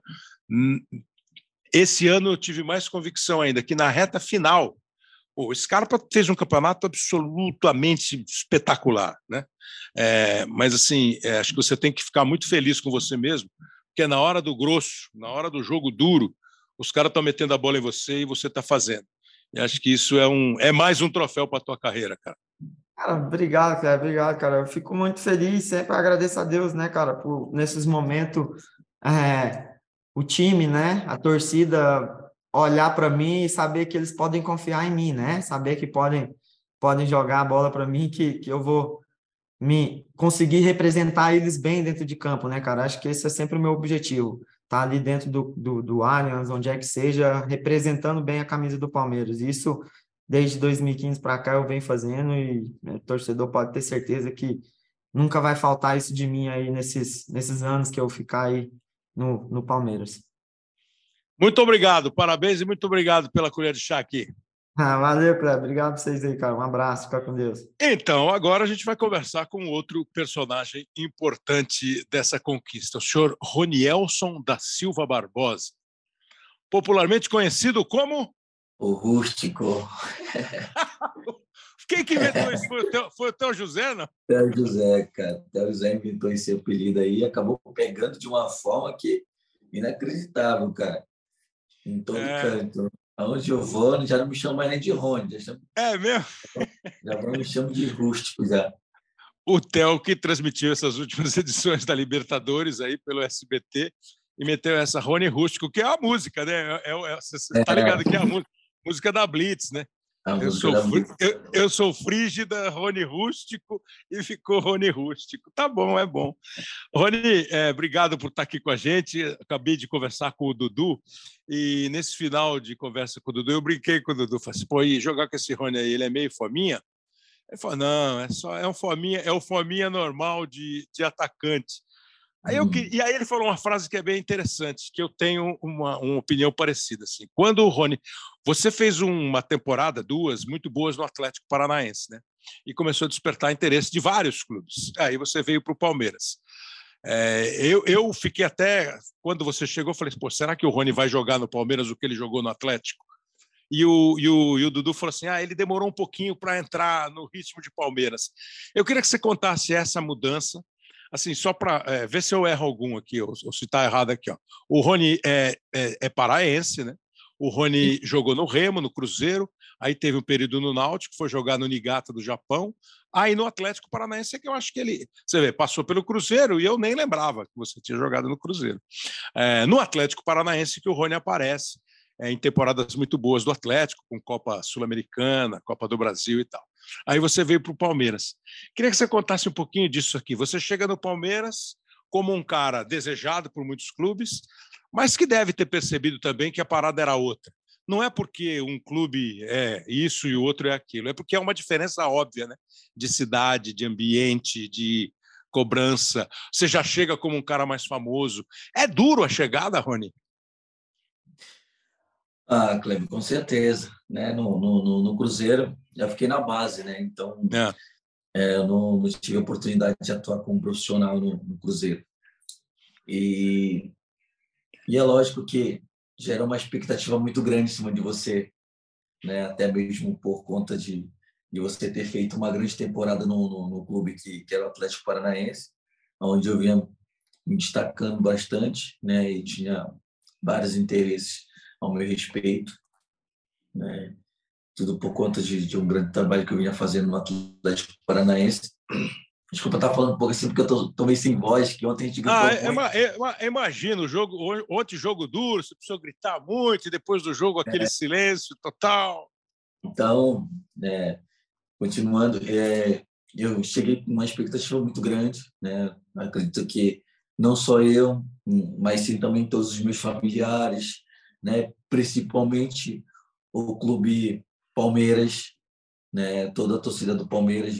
esse ano eu tive mais convicção ainda que na reta final o Scarpa fez um campeonato absolutamente espetacular, né? Mas assim, acho que você tem que ficar muito feliz com você mesmo, porque na hora do grosso, na hora do jogo duro, os caras estão metendo a bola em você e você está fazendo. E acho que isso é mais um troféu para a tua carreira, cara. Cara, obrigado, cara. Eu fico muito feliz, sempre agradeço a Deus, né, cara, por nesses momentos, o time, né, a torcida olhar para mim e saber que eles podem confiar em mim, né, saber que podem jogar a bola para mim, que eu vou me conseguir representar eles bem dentro de campo, né, cara? Acho que esse é sempre o meu objetivo, tá ali dentro do Allianz, onde é que seja, representando bem a camisa do Palmeiras. Isso, desde 2015 para cá, eu venho fazendo e o torcedor pode ter certeza que nunca vai faltar isso de mim aí nesses anos que eu ficar aí no Palmeiras. Muito obrigado, parabéns e muito obrigado pela colher de chá aqui. Valeu, Cleber. Obrigado pra vocês aí, cara. Um abraço. Fica com Deus. Então, agora a gente vai conversar com outro personagem importante dessa conquista, o senhor Ronielson da Silva Barbosa, popularmente conhecido como... O rústico. Quem que inventou isso? Foi o teu José, não? Theo José, cara. Theo José inventou esse apelido aí e acabou pegando de uma forma que inacreditável, cara. Em todo canto. Aonde eu vou, já não me chamam mais nem de Rony. É mesmo? Já me chamam de rústico, já. O Theo que transmitiu essas últimas edições da Libertadores aí pelo SBT e meteu essa Rony Rústico, que é a música, né? Você tá ligado que é a música da Blitz, né? Eu sou Frígida, Rony Rústico, e ficou Rony Rústico. Tá bom, é bom. Rony, obrigado por estar aqui com a gente. Acabei de conversar com o Dudu, e nesse final de conversa com o Dudu, eu brinquei com o Dudu. Falei assim, pô, e jogar com esse Rony aí, ele é meio fominha? Ele falou, não, é um fominha normal de atacante. E aí ele falou uma frase que é bem interessante, que eu tenho uma opinião parecida. Assim. Quando o Rony... Você fez uma temporada, duas, muito boas no Atlético Paranaense, né? E começou a despertar interesse de vários clubes. Aí você veio para o Palmeiras. Eu fiquei até... Quando você chegou, eu falei, pô, será que o Rony vai jogar no Palmeiras o que ele jogou no Atlético? E o Dudu falou assim, ele demorou um pouquinho para entrar no ritmo de Palmeiras. Eu queria que você contasse essa mudança, assim, só para ver se eu erro algum aqui, ou se está errado aqui. Ó. O Rony é paraense, né? O Rony jogou no Remo, no Cruzeiro, aí teve um período no Náutico, foi jogar no Niigata do Japão, aí no Atlético Paranaense é que eu acho que ele, você vê, passou pelo Cruzeiro e eu nem lembrava que você tinha jogado no Cruzeiro. No Atlético Paranaense que o Rony aparece, em temporadas muito boas do Atlético, com Copa Sul-Americana, Copa do Brasil e tal. Aí você veio para o Palmeiras. Queria que você contasse um pouquinho disso aqui. Você chega no Palmeiras como um cara desejado por muitos clubes, mas que deve ter percebido também que a parada era outra. Não é porque um clube é isso e o outro é aquilo, é porque é uma diferença óbvia, né? De cidade, de ambiente, de cobrança. Você já chega como um cara mais famoso. É duro a chegada, Rony? Cleber, com certeza. Né? No Cruzeiro, já fiquei na base, né? Então, eu não tive a oportunidade de atuar como profissional no Cruzeiro. E é lógico que gera uma expectativa muito grande em cima de você, né? Até mesmo por conta de você ter feito uma grande temporada no clube que era o Atlético Paranaense, onde eu vinha me destacando bastante, né? E tinha vários interesses ao meu respeito, né? Tudo por conta de um grande trabalho que eu vinha fazendo no Atlético Paranaense. Desculpa estar falando um pouco assim, porque eu tô meio sem voz, que ontem a gente gritou muito. Imagino, ontem jogo duro, você precisou gritar muito, e depois do jogo aquele silêncio total. Então, continuando, eu cheguei com uma expectativa muito grande, né? Acredito que não só eu, mas sim também todos os meus familiares, né? Principalmente o clube Palmeiras, né? Toda a torcida do Palmeiras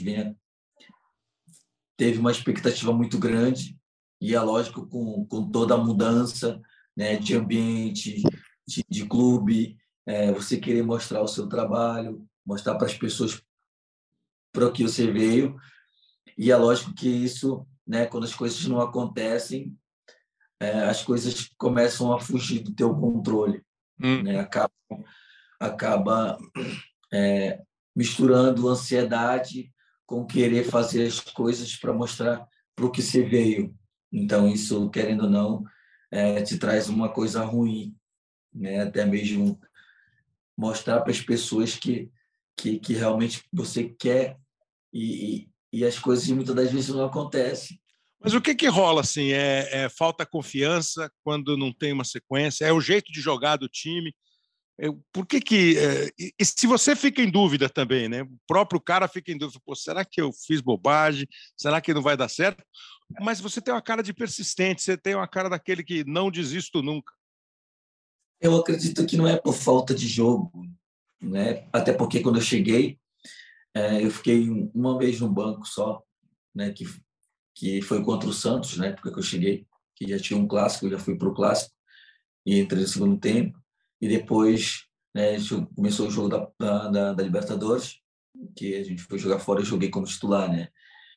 teve uma expectativa muito grande e é lógico com toda a mudança, né? De ambiente, de clube, você querer mostrar o seu trabalho, mostrar para as pessoas para o que você veio. E é lógico que isso, né, quando as coisas não acontecem, as coisas começam a fugir do teu controle, né? Acaba misturando ansiedade com querer fazer as coisas para mostrar para o que você veio. Então, isso, querendo ou não, te traz uma coisa ruim, né? Até mesmo mostrar para as pessoas que realmente você quer e as coisas muitas das vezes não acontecem. Mas o que rola assim? Falta confiança quando não tem uma sequência? É o jeito de jogar do time? Por que e se você fica em dúvida também, né? O próprio cara fica em dúvida. Pô, será que eu fiz bobagem? Será que não vai dar certo? Mas você tem uma cara de persistente, você tem uma cara daquele que não desisto nunca. Eu acredito que não é por falta de jogo, né? Até porque quando eu cheguei, eu fiquei uma vez no banco só, né? Que foi contra o Santos, na época que eu cheguei, que já tinha um clássico, eu já fui para o clássico e entrei no segundo tempo. E depois, né? Começou o jogo da Libertadores, que a gente foi jogar fora, eu joguei como titular, né?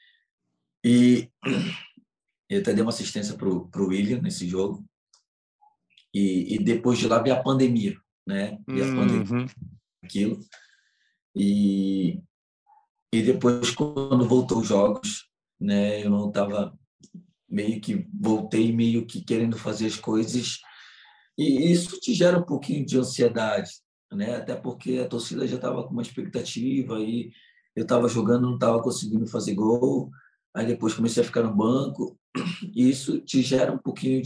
E eu até dei uma assistência pro William nesse jogo. E depois de lá veio a pandemia, né? E a pandemia, aquilo. E depois, quando voltou os jogos, né? Eu não estava voltei meio que querendo fazer as coisas. E isso te gera um pouquinho de ansiedade, né? Até porque a torcida já estava com uma expectativa e eu estava jogando, não estava conseguindo fazer gol. Aí depois comecei a ficar no banco. E isso te gera um pouquinho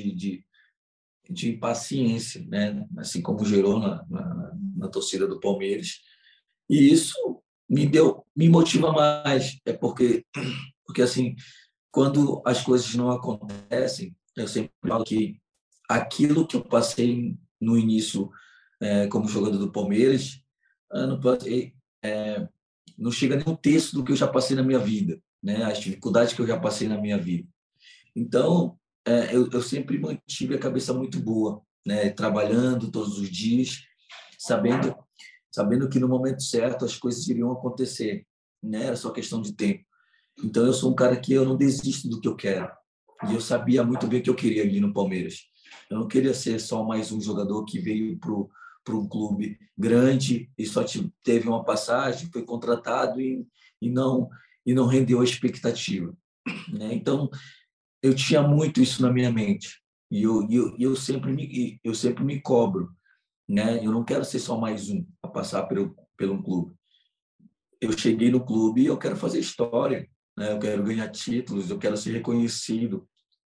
de impaciência, né? Assim como gerou na torcida do Palmeiras. E isso me motiva mais, porque assim, quando as coisas não acontecem, eu sempre falo que aquilo que eu passei no início como jogador do Palmeiras, não, não chega nem um terço do que eu já passei na minha vida, né? As dificuldades que eu já passei na minha vida. Então, eu sempre mantive a cabeça muito boa, né? Trabalhando todos os dias, sabendo que no momento certo as coisas iriam acontecer, né? Era só questão de tempo. Então, eu sou um cara que eu não desisto do que eu quero. E eu sabia muito bem o que eu queria ali no Palmeiras. Eu não queria ser só mais um jogador que veio para um clube grande e só teve uma passagem, foi contratado e não rendeu a expectativa, né? Então, eu tinha muito isso na minha mente. E eu sempre me cobro, né? Eu não quero ser só mais um a passar pelo um clube. Eu cheguei no clube e eu quero fazer história, né? Eu quero ganhar títulos, eu quero ser reconhecido,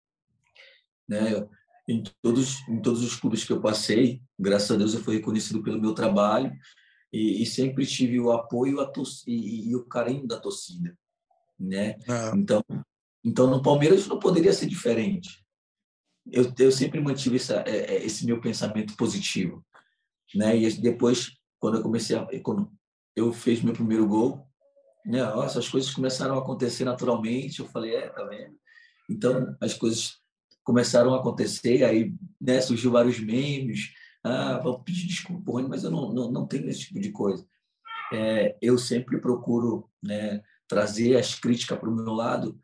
né? Em todos os clubes que eu passei, graças a Deus eu fui reconhecido pelo meu trabalho e sempre tive o apoio e o carinho da torcida, né? Então no Palmeiras não poderia ser diferente. Eu sempre mantive esse meu pensamento positivo, né? E depois, quando eu fiz meu primeiro gol, né? Nossa, as coisas começaram a acontecer naturalmente. Eu falei, tá vendo? Então, as coisas começaram a acontecer, aí, né, surgiu vários memes. Vou pedir desculpa, Rony, mas eu não tenho esse tipo de coisa. Eu sempre procuro, né, trazer as críticas para o meu lado,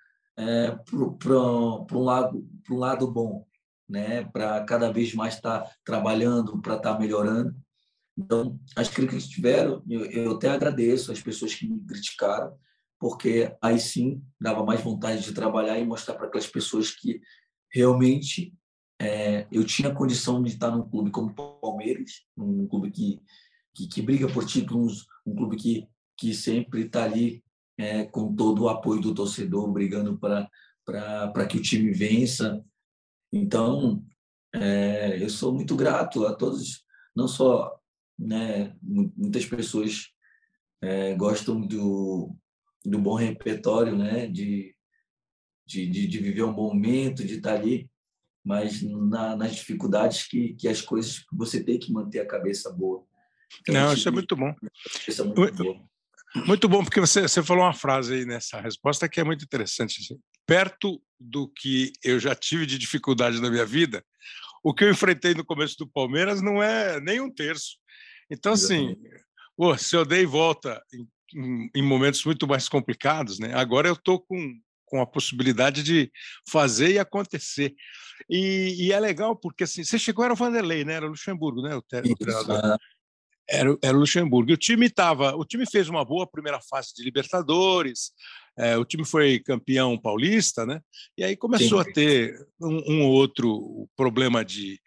para um lado bom, né, para cada vez mais estar trabalhando, para estar melhorando. Então, as críticas que tiveram, eu até agradeço as pessoas que me criticaram, porque aí sim dava mais vontade de trabalhar e mostrar para aquelas pessoas que realmente eu tinha condição de estar num clube como o Palmeiras, um clube que briga por títulos, um clube que sempre está ali com todo o apoio do torcedor, brigando para que o time vença. Então, eu sou muito grato a todos, não só, né, muitas pessoas gostam do bom repertório, né, de viver um bom momento, de estar ali, mas nas dificuldades que as coisas você tem que manter a cabeça boa. Então, não, isso é muito bom. Isso é muito bom. Muito bom, porque você falou uma frase aí nessa resposta que é muito interessante. Assim. Perto do que eu já tive de dificuldade na minha vida, o que eu enfrentei no começo do Palmeiras não é nem um terço. Então, assim, se eu dei volta em momentos muito mais complicados, né? Agora eu estou com a possibilidade de fazer e acontecer. E é legal porque assim, você chegou, era o Vanderlei, né? Era o Luxemburgo, né? O treinador. Era o Luxemburgo. O time fez uma boa primeira fase de Libertadores, o time foi campeão paulista, né? E aí começou a ter um outro problema de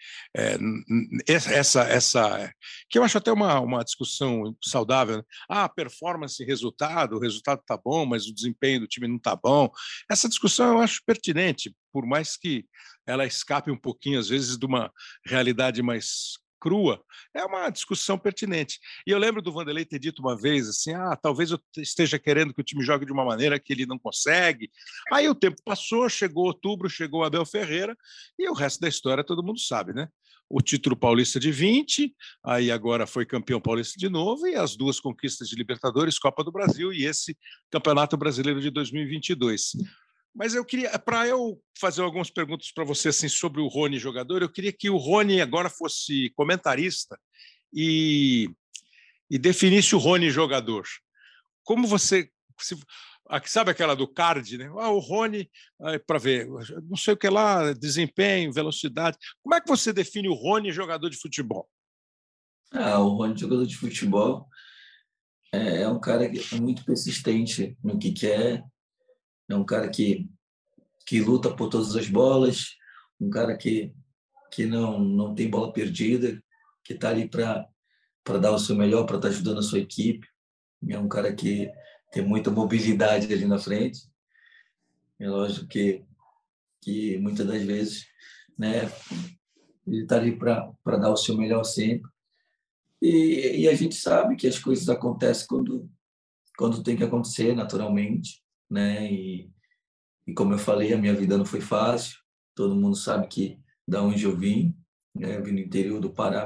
essa que eu acho até uma discussão saudável. Né? Performance e resultado, o resultado está bom, mas o desempenho do time não está bom. Essa discussão eu acho pertinente, por mais que ela escape um pouquinho, às vezes, de uma realidade mais crua, é uma discussão pertinente. E eu lembro do Vanderlei ter dito uma vez assim, talvez eu esteja querendo que o time jogue de uma maneira que ele não consegue. Aí o tempo passou, chegou outubro, chegou o Abel Ferreira, e o resto da história todo mundo sabe, né? O título paulista de 20, aí agora foi campeão paulista de novo, e as duas conquistas de Libertadores, Copa do Brasil e esse Campeonato Brasileiro de 2022. Mas eu queria, para eu fazer algumas perguntas para você assim, sobre o Rony jogador, eu queria que o Rony agora fosse comentarista e definisse o Rony jogador. Como você... Sabe aquela do card, né? O Rony, para ver, não sei o que lá, desempenho, velocidade. Como é que você define o Rony jogador de futebol? O Rony jogador de futebol é um cara que é muito persistente no que quer, é um cara que luta por todas as bolas, um cara que não tem bola perdida, que está ali para dar o seu melhor, para estar ajudando a sua equipe. É um cara que tem muita mobilidade ali na frente. É lógico que muitas das vezes, né, ele está ali para dar o seu melhor sempre. E a gente sabe que as coisas acontecem quando tem que acontecer, naturalmente, né? E como eu falei, a minha vida não foi fácil. Todo mundo sabe que da onde eu vim, né? Eu vim do interior do Pará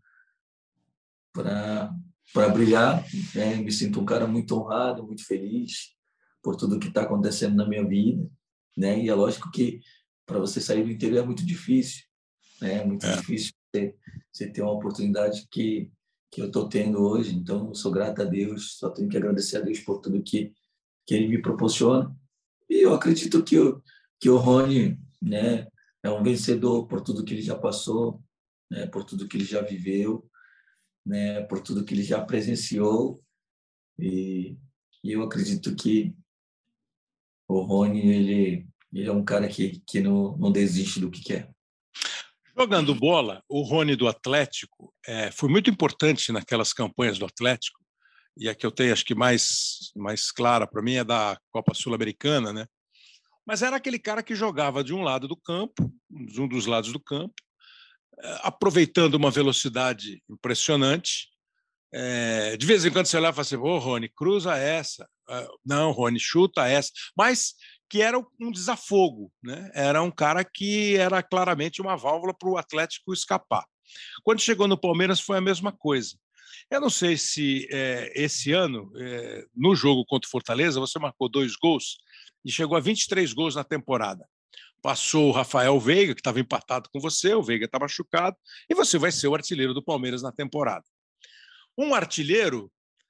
para brilhar, né? Me sinto um cara muito honrado, muito feliz por tudo que está acontecendo na minha vida, né? E é lógico que para você sair do interior é muito difícil, né? É muito difícil você ter uma oportunidade que eu estou tendo hoje. Então, eu sou grato a Deus, só tenho que agradecer a Deus por tudo que Ele me proporciona. E eu acredito que o Rony, né, é um vencedor por tudo que ele já passou, né, por tudo que ele já viveu, né, por tudo que ele já presenciou. E eu acredito que o Rony, ele é um cara que não desiste do que quer. Jogando bola, o Rony do Atlético foi muito importante naquelas campanhas do Atlético, e a que eu tenho, acho que mais clara para mim é da Copa Sul-Americana, né? Mas era aquele cara que jogava de um lado do campo, de um dos lados do campo, aproveitando uma velocidade impressionante. De vez em quando você olhava e falava assim, Rony, cruza essa. Não, Rony, chuta essa. Mas que era um desafogo, né? Era um cara que era claramente uma válvula para o Atlético escapar. Quando chegou no Palmeiras foi a mesma coisa. Eu não sei se esse ano, no jogo contra o Fortaleza, você marcou 2 gols e chegou a 23 gols na temporada. Passou o Rafael Veiga, que estava empatado com você, o Veiga está machucado, e você vai ser o artilheiro do Palmeiras na temporada. Um artilheiro,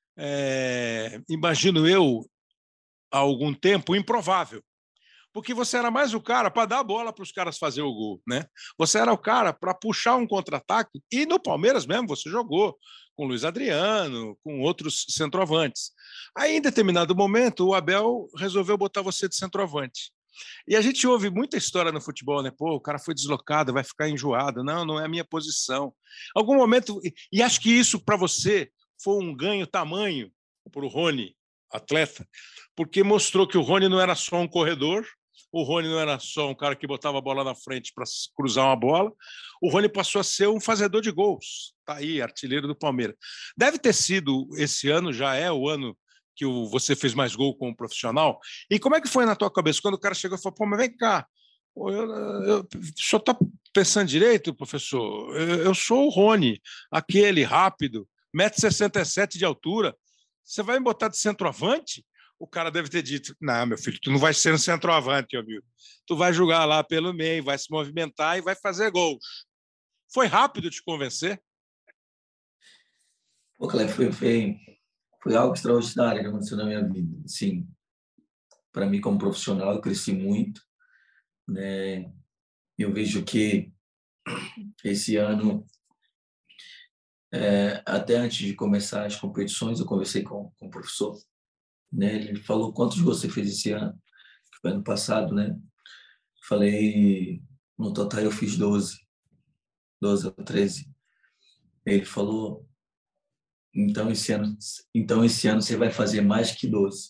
imagino eu, há algum tempo, improvável, porque você era mais o cara para dar a bola para os caras fazer o gol, né? Você era o cara para puxar um contra-ataque, e no Palmeiras mesmo você jogou com o Luiz Adriano, com outros centroavantes. Aí, em determinado momento, o Abel resolveu botar você de centroavante. E a gente ouve muita história no futebol, né? Pô, o cara foi deslocado, vai ficar enjoado. Não é a minha posição. Algum momento, e acho que isso para você foi um ganho tamanho para o Rony, atleta, porque mostrou que o Rony não era só um corredor, o Rony não era só um cara que botava a bola na frente para cruzar uma bola, o Rony passou a ser um fazedor de gols. Tá aí, artilheiro do Palmeiras. Deve ter sido, esse ano já é o ano que você fez mais gol como profissional. E como é que foi na tua cabeça quando o cara chegou e falou, pô, mas vem cá, o senhor está pensando direito, professor? Eu sou o Rony, aquele rápido, 1,67 m de altura, você vai me botar de centroavante? O cara deve ter dito, não, meu filho, tu não vai ser um centroavante, amigo. Tu vai jogar lá pelo meio, vai se movimentar e vai fazer gols. Foi rápido te convencer? Pô, Cleber, foi algo extraordinário que aconteceu na minha vida. Sim, para mim como profissional eu cresci muito, né? Eu vejo que esse ano, até antes de começar as competições, eu conversei com o professor, né? Ele falou, quantos você fez esse ano? Que foi ano passado, né? Falei, no total eu fiz 12 ou 13. Ele falou, então esse ano você vai fazer mais que 12.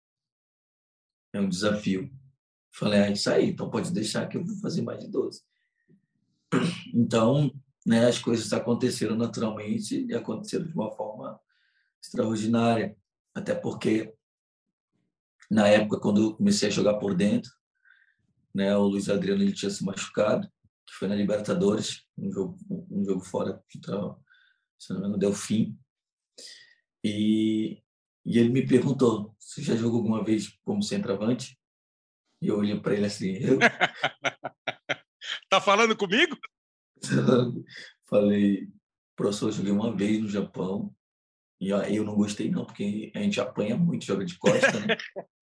É um desafio. Falei, isso aí, então pode deixar que eu vou fazer mais de 12. Então, né, as coisas aconteceram naturalmente e aconteceram de uma forma extraordinária. Até porque, na época, quando eu comecei a jogar por dentro, né, o Luiz Adriano ele tinha se machucado, que foi na Libertadores, um jogo fora, se não me engano, Delfim. E ele me perguntou, você já jogou alguma vez como centroavante? E eu olhei para ele assim, eu? Tá falando comigo? Falei, professor, eu joguei uma vez no Japão e aí eu não gostei não, porque a gente apanha muito, joga de costa, né?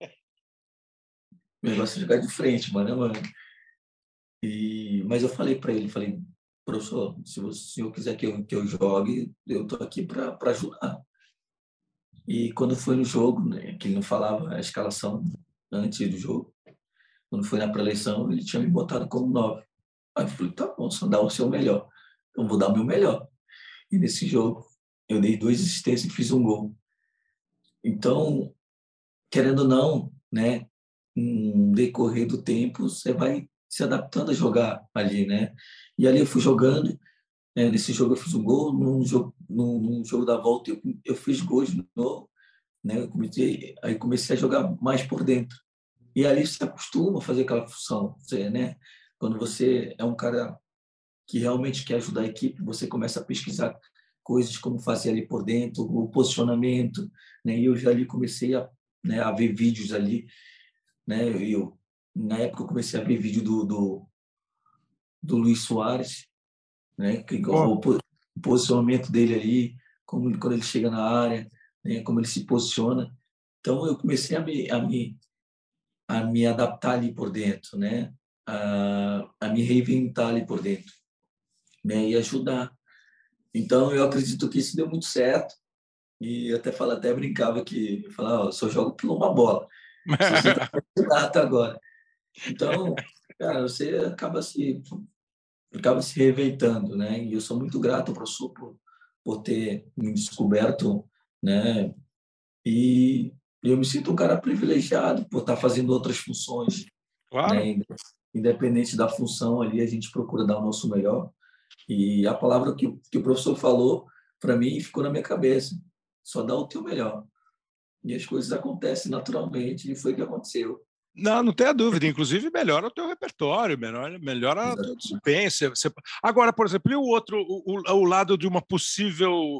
O negócio é jogar de frente, mano, né, mano? Mas eu falei para ele, falei, professor, se o senhor quiser que eu jogue, eu tô aqui para ajudar. E quando foi no jogo, né, que ele não falava a escalação antes do jogo, quando foi na pré-eleição, ele tinha me botado como 9. Aí eu falei, tá bom, só dá o seu melhor. Então vou dar o meu melhor. E nesse jogo, eu dei 2 assistências e fiz um gol. Então, querendo ou não, né, no decorrer do tempo, você vai se adaptando a jogar ali, né? E ali eu fui jogando, né? Nesse jogo eu fiz um gol, num jogo da volta eu fiz gols de novo, né? Aí comecei a jogar mais por dentro. E ali você acostuma a fazer aquela função, você, né? Quando você é um cara que realmente quer ajudar a equipe, você começa a pesquisar coisas como fazer ali por dentro, o posicionamento, né? E eu já ali comecei né, a ver vídeos ali, né? Na época eu comecei a ver vídeo do Luis Soares, né? O posicionamento dele ali, quando ele chega na área, né? Como ele se posiciona. Então eu comecei a me adaptar ali por dentro, né? A me reinventar ali por dentro, né? E ajudar. Então eu acredito que isso deu muito certo. E eu até brincava que eu falava, só jogo por uma bola. Se você está até agora. Então, cara, você acaba se reinventando, né? E eu sou muito grato ao professor por ter me descoberto, né? E eu me sinto um cara privilegiado por estar fazendo outras funções, Claro. né? Independente da função ali, a gente procura dar o nosso melhor. E a palavra que o professor falou, para mim, ficou na minha cabeça. Só dá o teu melhor. E as coisas acontecem naturalmente, e foi o que aconteceu. Não, não tenha dúvida. Inclusive, melhora o teu repertório, melhora o teu desempenho. Agora, por exemplo, e o outro, o lado de um possível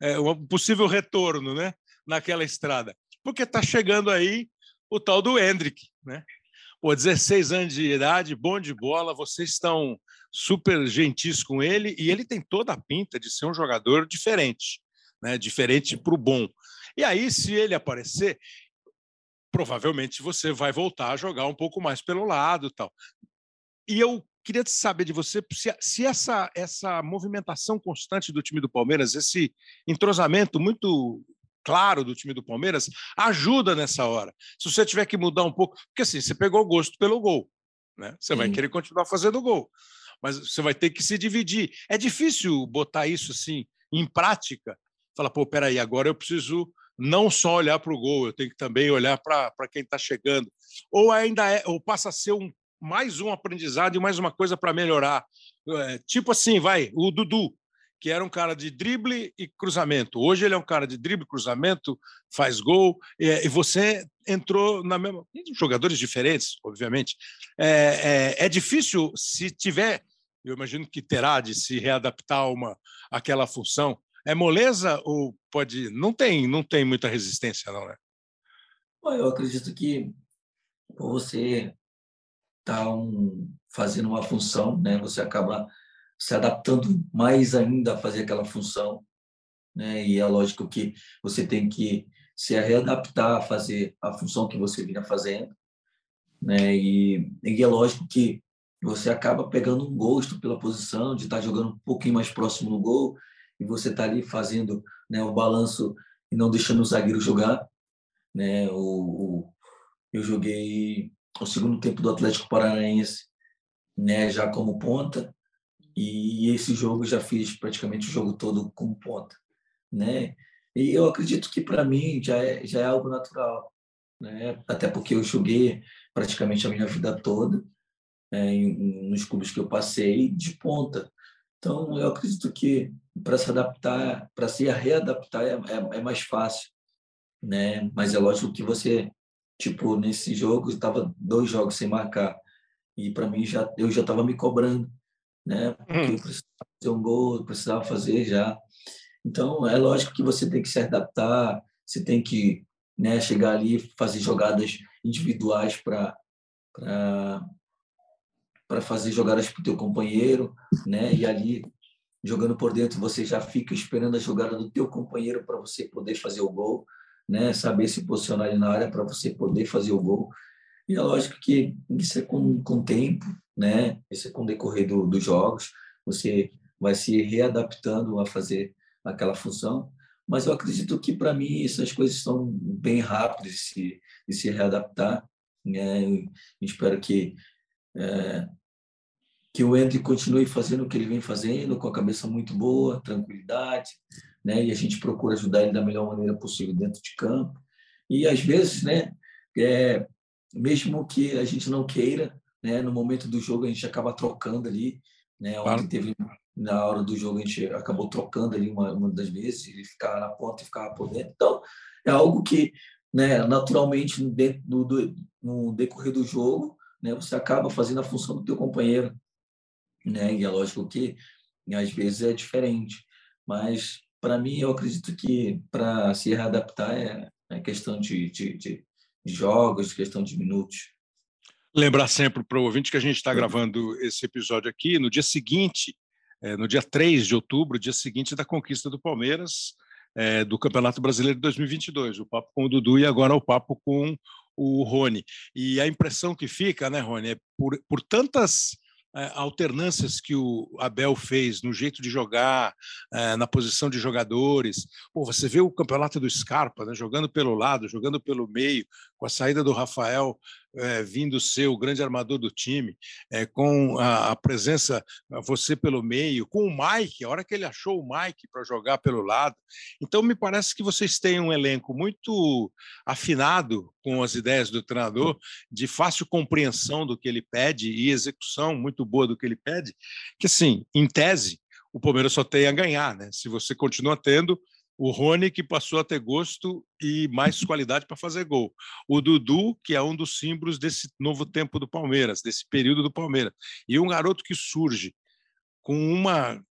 retorno, né, naquela estrada? Porque está chegando aí o tal do Endrick, né? Pô, 16 anos de idade, bom de bola, vocês estão super gentis com ele e ele tem toda a pinta de ser um jogador diferente, né? Diferente para o bom. E aí, se ele aparecer, provavelmente você vai voltar a jogar um pouco mais pelo lado, tal. E eu queria saber de você se essa movimentação constante do time do Palmeiras, esse entrosamento muito claro do time do Palmeiras, ajuda nessa hora. Se você tiver que mudar um pouco, porque assim, você pegou o gosto pelo gol, né? Você vai querer continuar fazendo gol, mas você vai ter que se dividir. É difícil botar isso assim em prática. Fala, pô, peraí, agora eu preciso não só olhar para o gol, eu tenho que também olhar para quem está chegando. Ou ou passa a ser mais um aprendizado e mais uma coisa para melhorar. Tipo assim, o Dudu, que era um cara de drible e cruzamento. Hoje ele é um cara de drible, cruzamento, faz gol, e você entrou na mesma... Jogadores diferentes, obviamente. É difícil, se tiver... Eu imagino que terá de se readaptar àquela função. É moleza ou pode... Não tem muita resistência, não, né? Eu acredito que por você estar fazendo uma função, né, você acaba se adaptando mais ainda a fazer aquela função, né? E é lógico que você tem que se readaptar a fazer a função que você vinha fazendo, né? E é lógico que você acaba pegando um gosto pela posição de estar jogando um pouquinho mais próximo no gol e você está ali fazendo, né, o balanço e não deixando o zagueiro jogar, né? Eu joguei o segundo tempo do Atlético Paranaense, né, já como ponta, e esse jogo já fiz praticamente o jogo todo como ponta, né? E eu acredito que para mim já é algo natural, né? Até porque eu joguei praticamente a minha vida toda, né, nos clubes que eu passei de ponta. Então eu acredito que para se adaptar, para se readaptar é mais fácil, né? Mas é lógico que você, tipo, nesse jogo estava 2 jogos sem marcar e para mim eu já estava me cobrando, né? Porque eu precisava fazer um gol, eu precisava fazer já. Então é lógico que você tem que se adaptar, você tem que, né, chegar ali e fazer jogadas individuais para fazer jogadas para o teu companheiro, né? E ali jogando por dentro, você já fica esperando a jogada do teu companheiro para você poder fazer o gol, né? Saber se posicionar ali na área para você poder fazer o gol. E é lógico que isso é com tempo, né? Isso é com o decorrer dos jogos, você vai se readaptando a fazer aquela função. Mas eu acredito que, para mim, essas coisas são bem rápidas de se readaptar, né? Eu espero que o Endrick continue fazendo o que ele vem fazendo, com a cabeça muito boa, tranquilidade, né? E a gente procura ajudar ele da melhor maneira possível dentro de campo. E, às vezes, né, mesmo que a gente não queira, né, no momento do jogo a gente acaba trocando ali, né? Ontem teve, na hora do jogo, a gente acabou trocando ali uma das vezes, ele ficava na ponta e ficava por dentro. Então, é algo que, né, naturalmente, no decorrer do jogo, né, você acaba fazendo a função do teu companheiro, né? E é lógico que às vezes é diferente, mas para mim eu acredito que para se readaptar é questão de jogos, questão de minutos. Lembrar sempre para o ouvinte que a gente está gravando esse episódio aqui no dia seguinte, no dia 3 de outubro, dia seguinte da conquista do Palmeiras, do Campeonato Brasileiro de 2022. O papo com o Dudu e agora o papo com o Rony. E a impressão que fica, né, Rony, é por tantas alternâncias que o Abel fez no jeito de jogar, na posição de jogadores. Pô, você vê o campeonato do Scarpa, né, jogando pelo lado, jogando pelo meio, com a saída do Rafael vindo ser o grande armador do time, com a presença, você pelo meio, com o Mike, a hora que ele achou o Mike para jogar pelo lado. Então, me parece que vocês têm um elenco muito afinado com as ideias do treinador, de fácil compreensão do que ele pede e execução muito boa do que ele pede, que, assim, em tese, o Palmeiras só tem a ganhar, né? Se você continua tendo o Rony, que passou a ter gosto e mais qualidade para fazer gol. O Dudu, que é um dos símbolos desse novo tempo do Palmeiras, desse período do Palmeiras. E um garoto que surge com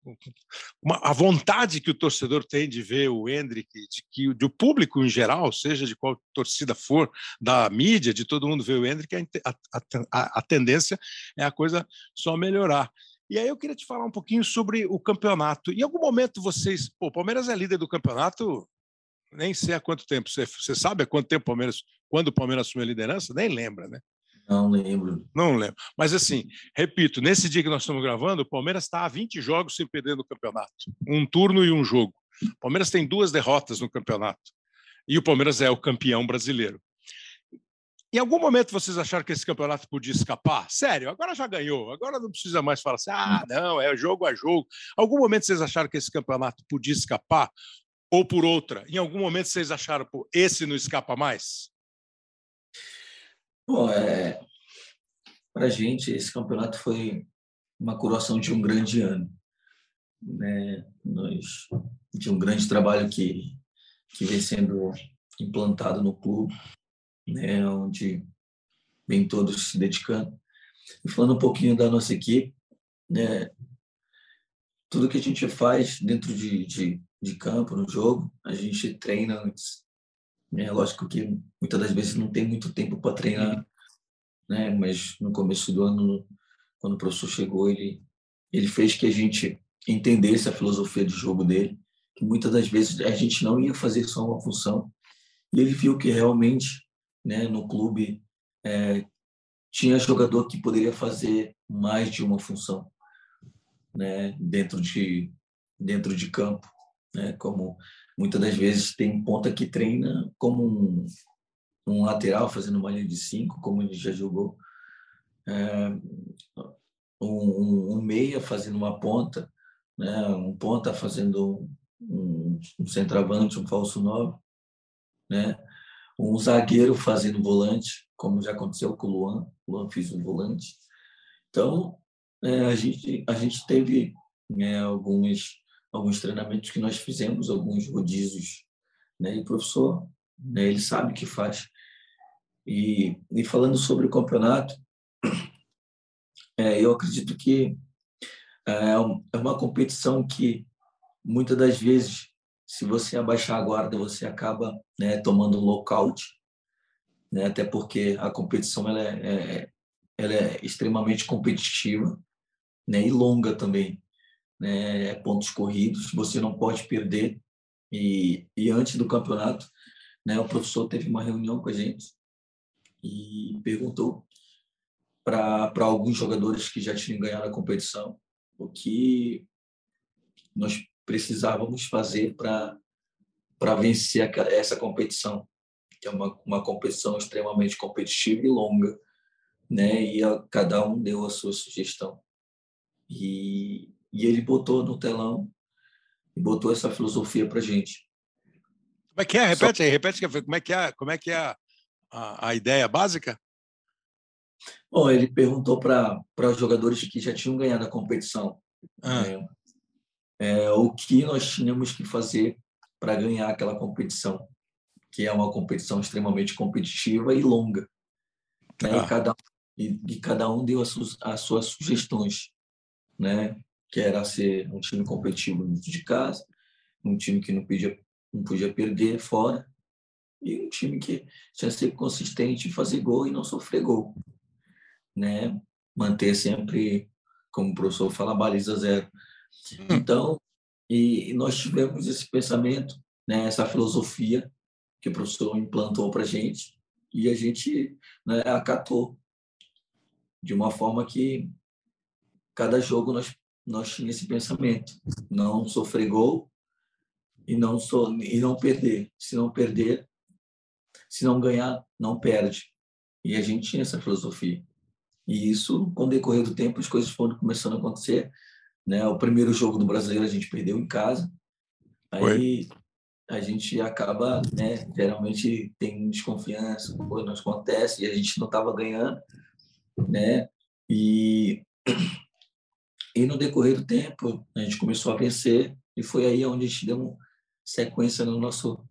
a vontade que o torcedor tem de ver o Endrick, de o público em geral, seja de qual torcida for, da mídia, de todo mundo ver o Endrick, a tendência é a coisa só melhorar. E aí eu queria te falar um pouquinho sobre o campeonato. Em algum momento vocês... Pô, o Palmeiras é líder do campeonato, nem sei há quanto tempo. Você sabe há quanto tempo quando o Palmeiras assumiu a liderança? Nem lembra, né? Não lembro. Não lembro. Mas, assim, repito, nesse dia que nós estamos gravando, o Palmeiras está há 20 jogos sem perder no campeonato. Um turno e um jogo. O Palmeiras tem 2 derrotas no campeonato. E o Palmeiras é o campeão brasileiro. Em algum momento vocês acharam que esse campeonato podia escapar? Sério, agora já ganhou. Agora não precisa mais falar assim, não, é jogo a jogo. Em algum momento vocês acharam que esse campeonato podia escapar? Ou por outra, em algum momento vocês acharam, pô, esse não escapa mais? Bom, para a gente, esse campeonato foi uma coroação de um grande ano, né? De um grande trabalho que vem sendo implantado no clube, né? Onde vem todos se dedicando. E falando um pouquinho da nossa equipe, né? Tudo que a gente faz dentro de campo, no jogo, a gente treina antes. É lógico que muitas das vezes não tem muito tempo para treinar, né? Mas no começo do ano, quando o professor chegou, ele fez que a gente entendesse a filosofia de jogo dele, que muitas das vezes a gente não ia fazer só uma função. E ele viu que realmente, né, no clube tinha jogador que poderia fazer mais de uma função, né, dentro de campo, né? Como muitas das vezes tem ponta que treina como um lateral fazendo uma linha de 5, como ele já jogou, um meia fazendo uma ponta, né? Um ponta fazendo um centroavante, um falso 9, né? Um zagueiro fazendo volante, como já aconteceu com o Luan fez um volante. Então, a gente teve, né, alguns treinamentos que nós fizemos, alguns rodízios, né? E o professor, né, ele sabe o que faz. E falando sobre o campeonato, eu acredito que é uma competição que, muitas das vezes, se você abaixar a guarda, você acaba, né, tomando um lockout, né? Até porque a competição ela é extremamente competitiva, né, e longa também. né, pontos corridos, você não pode perder. E antes do campeonato, né, o professor teve uma reunião com a gente e perguntou para alguns jogadores que já tinham ganhado a competição o que nós precisávamos fazer para vencer essa competição, que é uma competição extremamente competitiva e longa, né? E cada um deu a sua sugestão. E ele botou no telão e botou essa filosofia para a gente. Como é que é? Repete aí, como é que é a ideia básica? Bom, ele perguntou para os jogadores que já tinham ganhado a competição, né, o que nós tínhamos que fazer para ganhar aquela competição, que é uma competição extremamente competitiva e longa, né? E cada um deu as suas sugestões, né? Que era ser um time competitivo dentro de casa, um time que não podia perder fora, e um time que tinha que ser consistente, fazer gol e não sofrer gol, né? Manter sempre, como o professor fala, baliza zero. Então, e nós tivemos esse pensamento, né? Essa filosofia que o professor implantou para a gente, e a gente, né, acatou de uma forma que cada jogo nós tínhamos esse pensamento: não sofrer gol e não perder. Se não perder, se não ganhar, não perde. E a gente tinha essa filosofia. E isso, com o decorrer do tempo, as coisas foram começando a acontecer, né? O primeiro jogo do Brasileiro a gente perdeu em casa. Aí a gente acaba, né? Geralmente tem desconfiança, coisa não acontece, e a gente não estava ganhando, né? E no decorrer do tempo a gente começou a vencer, e foi aí onde a gente deu sequência no nosso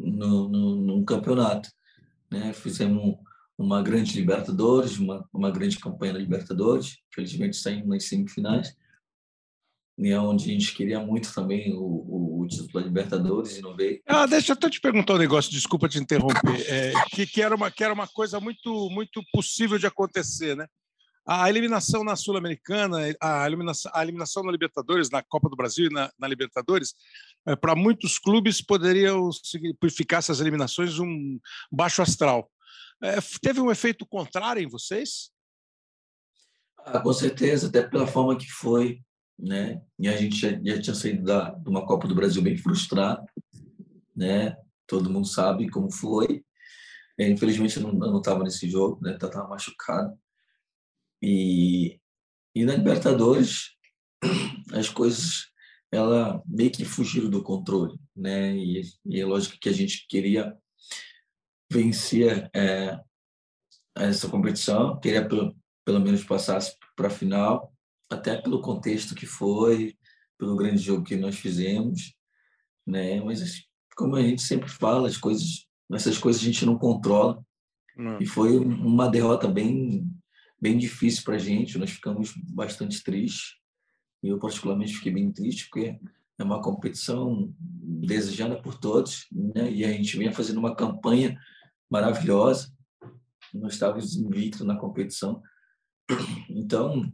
no campeonato, né? Fizemos uma grande Libertadores, uma grande campanha na Libertadores, felizmente saímos nas semifinais, e é onde a gente queria muito também o título da Libertadores, e não veio. Deixa eu até te perguntar um negócio, desculpa te interromper, que era uma coisa muito, muito possível de acontecer, né? A eliminação na Sul-Americana, a eliminação na Libertadores, na Copa do Brasil e na Libertadores, para muitos clubes poderiam significar essas eliminações um baixo astral. Teve um efeito contrário em vocês? Com certeza, até pela forma que foi, né? E a gente já tinha saído de uma Copa do Brasil bem frustrado, né? Todo mundo sabe como foi. Infelizmente, eu não estava nesse jogo, né? Estava machucado. E na Libertadores, as coisas ela meio que fugiram do controle, né? E é lógico que a gente queria vencer essa competição, queria pelo menos passar para a final, até pelo contexto que foi, pelo grande jogo que nós fizemos, né? Mas como a gente sempre fala, essas coisas a gente não controla. E foi uma derrota bem difícil para a gente. Nós ficamos bastante tristes. Eu particularmente fiquei bem triste porque é uma competição desejada por todos, né? E a gente vinha fazendo uma campanha maravilhosa. Nós estávamos invictos na competição. Então,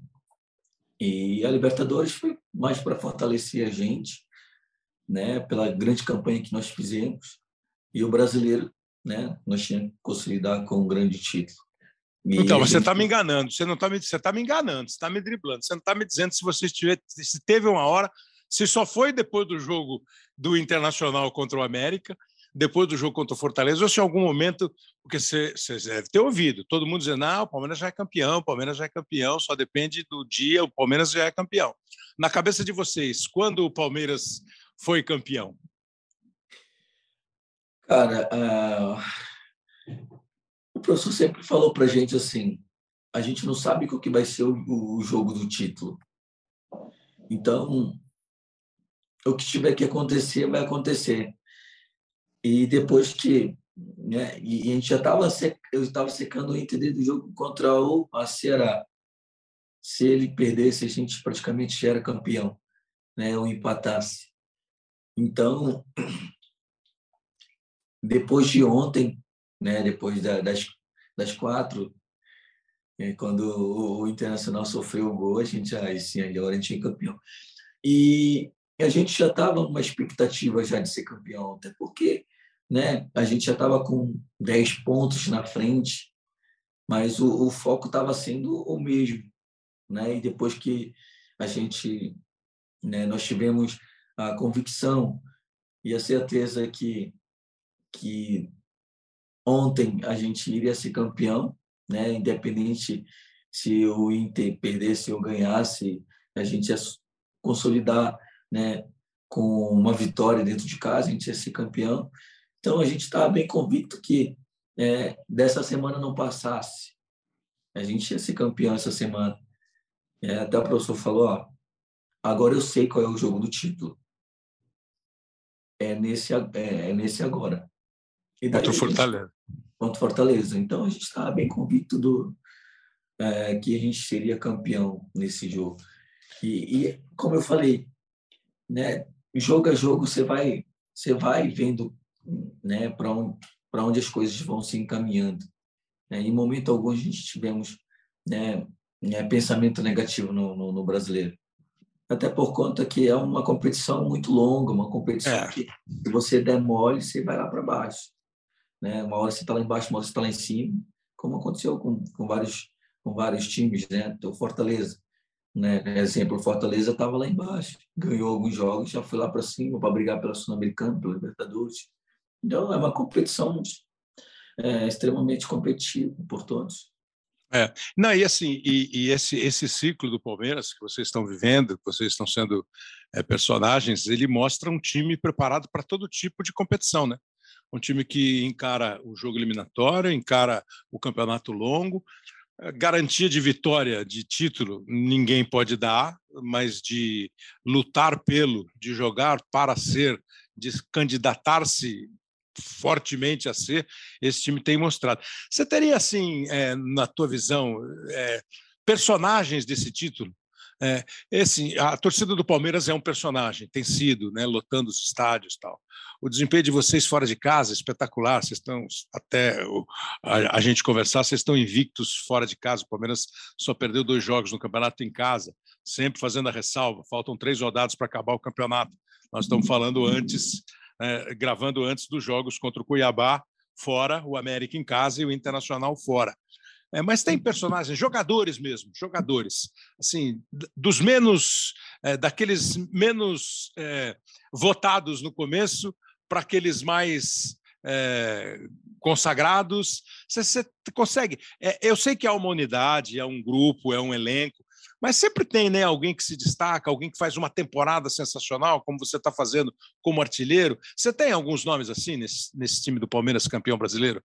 e a Libertadores foi mais para fortalecer a gente, né? Pela grande campanha que nós fizemos. E o Brasileiro, né? Nós tínhamos que consolidar com um grande título. Então, você está me enganando, você está me enganando, você está me driblando, você não está me dizendo se teve uma hora, se só foi depois do jogo do Internacional contra o América, depois do jogo contra o Fortaleza, ou se em algum momento, porque você deve ter ouvido, todo mundo dizendo, o Palmeiras já é campeão, o Palmeiras já é campeão, só depende do dia, o Palmeiras já é campeão. Na cabeça de vocês, quando o Palmeiras foi campeão? Cara, o professor sempre falou para a gente assim: a gente não sabe o que vai ser o jogo do título. Então, o que tiver que acontecer, vai acontecer. E depois que, né, e a gente eu estava secando o Inter do jogo contra a Ceará. Se ele perdesse, a gente praticamente já era campeão, né, ou empatasse. Então, depois de ontem, né, depois das 4, quando o Internacional sofreu o gol, a gente, sim, agora a gente é campeão. E a gente já estava numa expectativa já de ser campeão, até porque, né, a gente já estava com 10 pontos na frente, mas o foco estava sendo o mesmo, né? E depois que a gente, né, nós tivemos a convicção e a certeza que ontem a gente iria ser campeão, né? Independente se o Inter perdesse ou ganhasse, a gente ia consolidar, né, com uma vitória dentro de casa, a gente ia ser campeão. Então a gente está bem convicto que dessa semana não passasse, a gente ia ser campeão essa semana. Até o professor falou, ó, agora eu sei qual é o jogo do título. É nesse agora. E daí Contra o Fortaleza. Contra o Fortaleza. Então a gente está bem convicto que a gente seria campeão nesse jogo. E como eu falei, né, jogo a jogo você vai vendo, né, para onde as coisas vão se encaminhando. Em momento algum a gente tivemos, né, pensamento negativo no brasileiro. Até por conta que é uma competição muito longa, uma competição que, se você der mole, você vai lá para baixo. Né? Uma hora você está lá embaixo, uma hora você está lá em cima, como aconteceu com vários times, né? O Fortaleza, né? Exemplo, o Fortaleza estava lá embaixo, ganhou alguns jogos, já foi lá para cima para brigar pela Sul-Americana, pela Libertadores. Então, é uma competição extremamente competitiva por todos. Não, e assim, esse ciclo do Palmeiras que vocês estão vivendo, que vocês estão sendo personagens, ele mostra um time preparado para todo tipo de competição, né? Um time que encara o jogo eliminatório, encara o campeonato longo. Garantia de vitória, de título, ninguém pode dar, mas de lutar de jogar para ser, de candidatar-se fortemente a ser, esse time tem mostrado. Você teria, assim, na tua visão, personagens desse título? A torcida do Palmeiras é um personagem, tem sido, né, lotando os estádios e tal. O desempenho de vocês fora de casa é espetacular, vocês estão, até a gente conversar, vocês estão invictos fora de casa, o Palmeiras só perdeu 2 jogos no campeonato em casa, sempre fazendo a ressalva, faltam 3 rodadas para acabar o campeonato. Nós estamos falando antes, gravando antes dos jogos contra o Cuiabá fora, o América em casa e o Internacional fora. Mas tem personagens, jogadores mesmo, jogadores, assim, dos menos, daqueles menos votados no começo para aqueles mais consagrados. Você consegue? Eu sei que há uma unidade, é um grupo, é um elenco, mas sempre tem, né, alguém que se destaca, alguém que faz uma temporada sensacional, como você está fazendo como artilheiro. Você tem alguns nomes assim nesse time do Palmeiras campeão brasileiro?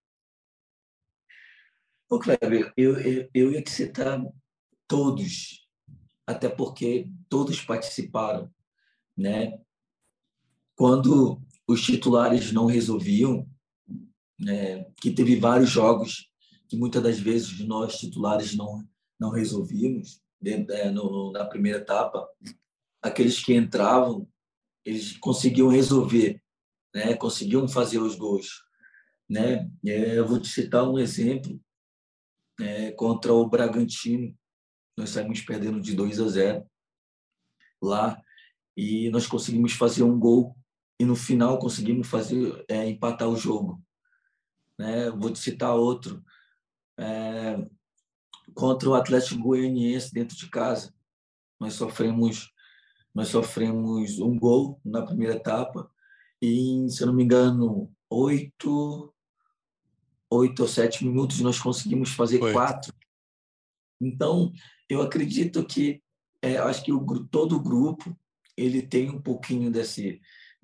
Ô, Kleber, eu ia te citar todos, até porque todos participaram, né? Quando os titulares não resolviam, né, que teve vários jogos que muitas das vezes nós titulares não resolvíamos na primeira etapa, aqueles que entravam, eles conseguiam resolver, né? Conseguiam fazer os gols, né? Eu vou te citar um exemplo, contra o Bragantino, nós saímos perdendo de 2-0 lá e nós conseguimos fazer um gol e no final conseguimos empatar o jogo, né? Vou te citar outro, contra o Atlético Goianiense dentro de casa, nós sofremos um gol na primeira etapa e, se eu não me engano, 8 ou 7 minutos nós conseguimos fazer 4. Então, eu acredito que acho que todo o grupo ele tem um pouquinho desse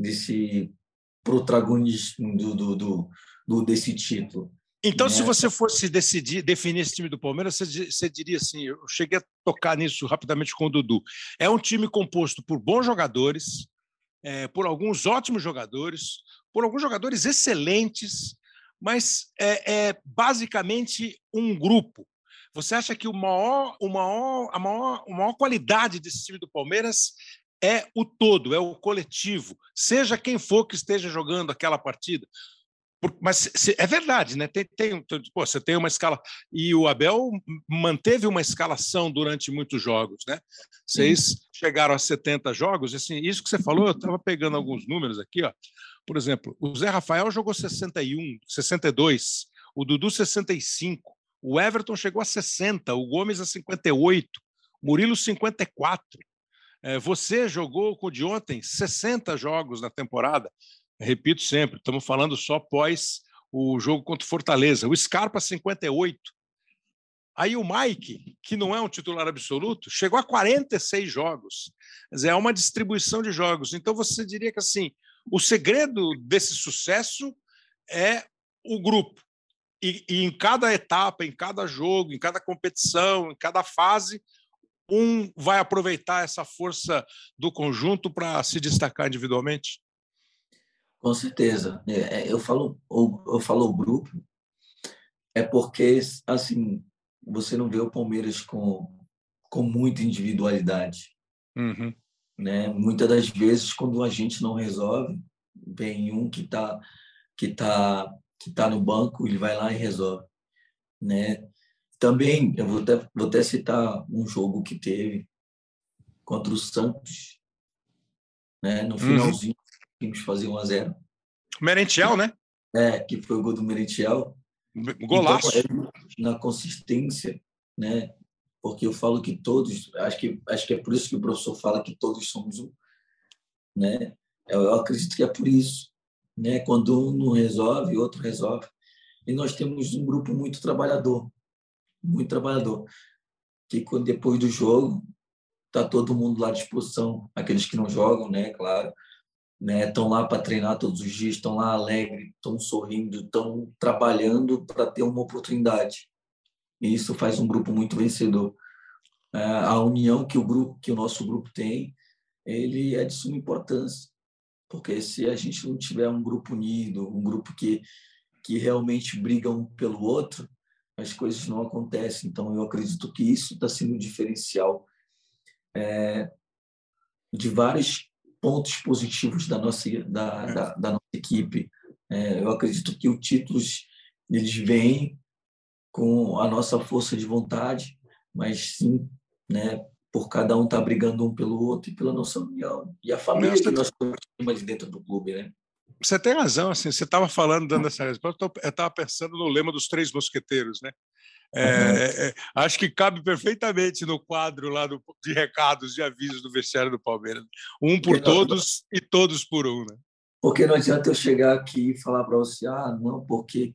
protagonismo desse título. Então, se você fosse definir esse time do Palmeiras, você diria assim, eu cheguei a tocar nisso rapidamente com o Dudu, é um time composto por bons jogadores, por alguns ótimos jogadores, por alguns jogadores excelentes, mas é basicamente um grupo. Você acha que a maior qualidade desse time do Palmeiras é o todo, é o coletivo, seja quem for que esteja jogando aquela partida? Mas é verdade, né? Você tem uma escala. E o Abel manteve uma escalação durante muitos jogos, né? Vocês chegaram a 70 jogos. Assim, isso que você falou, eu estava pegando alguns números aqui. Ó. Por exemplo, o Zé Rafael jogou 61, 62, o Dudu 65, o Everton chegou a 60, o Gomes a 58, Murilo 54. Você jogou com o de ontem 60 jogos na temporada. Repito sempre, estamos falando só após o jogo contra o Fortaleza. O Scarpa, 58. Aí o Mike, que não é um titular absoluto, chegou a 46 jogos. Quer dizer, é uma distribuição de jogos. Então, você diria que assim, o segredo desse sucesso é o grupo. E em cada etapa, em cada jogo, em cada competição, em cada fase, um vai aproveitar essa força do conjunto para se destacar individualmente? Com certeza. Eu falo o grupo, é porque, assim, você não vê o Palmeiras com muita individualidade. Uhum. Né? Muitas das vezes, quando a gente não resolve, vem um que tá no banco, ele vai lá e resolve. Né? Também, eu vou até citar um jogo que teve contra o Santos, né? No finalzinho, tínhamos que fazer 1-0. Merentiel, né? Que foi o gol do Merentiel. Golaço. Então, na consistência, né? Porque eu falo que todos, acho que é por isso que o professor fala que todos somos um, né? Eu acredito que é por isso, né? Quando um não resolve, o outro resolve. E nós temos um grupo muito trabalhador, que depois do jogo tá todo mundo lá à disposição, aqueles que não jogam, né? Claro. Né, estão lá para treinar todos os dias, estão lá alegres, estão sorrindo, estão trabalhando para ter uma oportunidade. E isso faz um grupo muito vencedor. A união que o nosso grupo tem, ele é de suma importância, porque se a gente não tiver um grupo unido, um grupo que realmente briga um pelo outro, as coisas não acontecem. Então, eu acredito que isso está sendo um diferencial de vários pontos positivos da nossa equipe. Eu acredito que os títulos eles vêm com a nossa força de vontade, mas sim, né, por cada um estar brigando um pelo outro e pela nossa união e a família que nós temos dentro do clube, né? Você tem razão, assim, você estava falando, dando essa resposta, eu estava pensando no lema dos 3 mosqueteiros, né? Acho que cabe perfeitamente no quadro lá de recados, de avisos do vestiário do Palmeiras. Um por todos e todos por um, né? Porque não adianta eu chegar aqui e falar para você, não, porque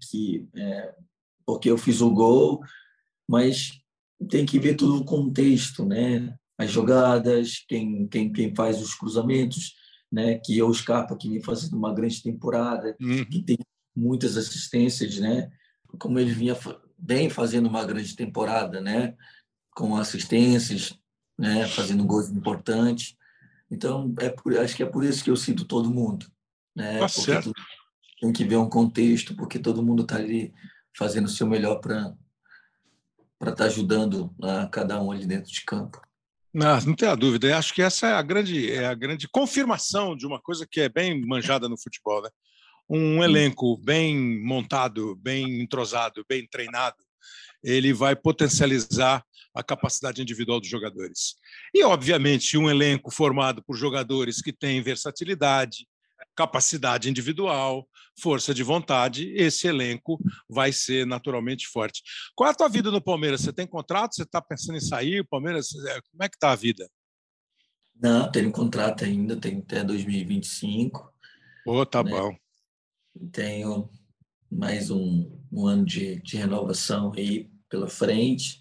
eu fiz o gol, mas tem que ver todo o contexto, né? As jogadas, quem faz os cruzamentos, né? Que é o Scarpa, que vem fazendo uma grande temporada, que tem muitas assistências, né? Como ele vem fazendo uma grande temporada, né? Com assistências, né? Fazendo gols importantes. Então, acho que é por isso que eu cito todo mundo, né? Tá porque certo. tem que ver um contexto, porque todo mundo está ali fazendo o seu melhor para estar ajudando cada um ali dentro de campo. Não tenho a dúvida. Eu acho que essa é a grande confirmação de uma coisa que é bem manjada no futebol, né? Um elenco bem montado, bem entrosado, bem treinado, ele vai potencializar a capacidade individual dos jogadores. E, obviamente, um elenco formado por jogadores que têm versatilidade, capacidade individual, força de vontade, esse elenco vai ser naturalmente forte. Qual é a tua vida no Palmeiras? Você tem contrato? Você está pensando em sair? Palmeiras, como é que está a vida? Não, tenho contrato ainda, tenho até 2025. Tá né? bom. Tenho mais um ano de renovação aí pela frente.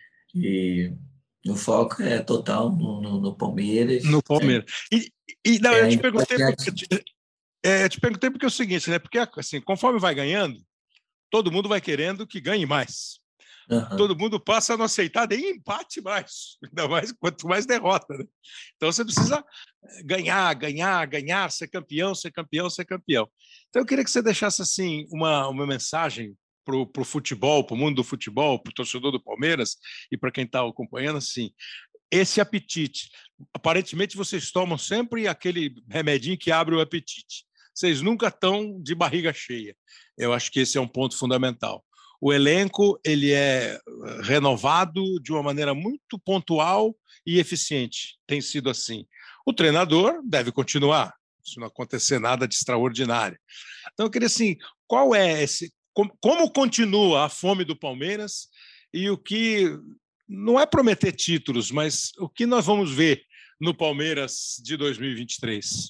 E o foco é total no Palmeiras. No Palmeiras. Não, eu te perguntei porque é o seguinte, né? Porque assim, conforme vai ganhando, todo mundo vai querendo que ganhe mais. Todo mundo passa a não aceitar nem empate mais, ainda mais quanto mais derrota. Né? Então você precisa ganhar, ser campeão. Então eu queria que você deixasse assim uma mensagem para o futebol, para o mundo do futebol, para o torcedor do Palmeiras e para quem está acompanhando, assim, esse apetite. Aparentemente vocês tomam sempre aquele remedinho que abre o apetite. vocês nunca estão de barriga cheia. Eu acho que esse é um ponto fundamental. O elenco ele é renovado de uma maneira muito pontual e eficiente. Tem sido assim. O treinador deve continuar, se não acontecer nada de extraordinário. Então, eu queria assim, qual é esse... Como continua a fome do Palmeiras e o que... Não é prometer títulos, mas o que nós vamos ver no Palmeiras de 2023?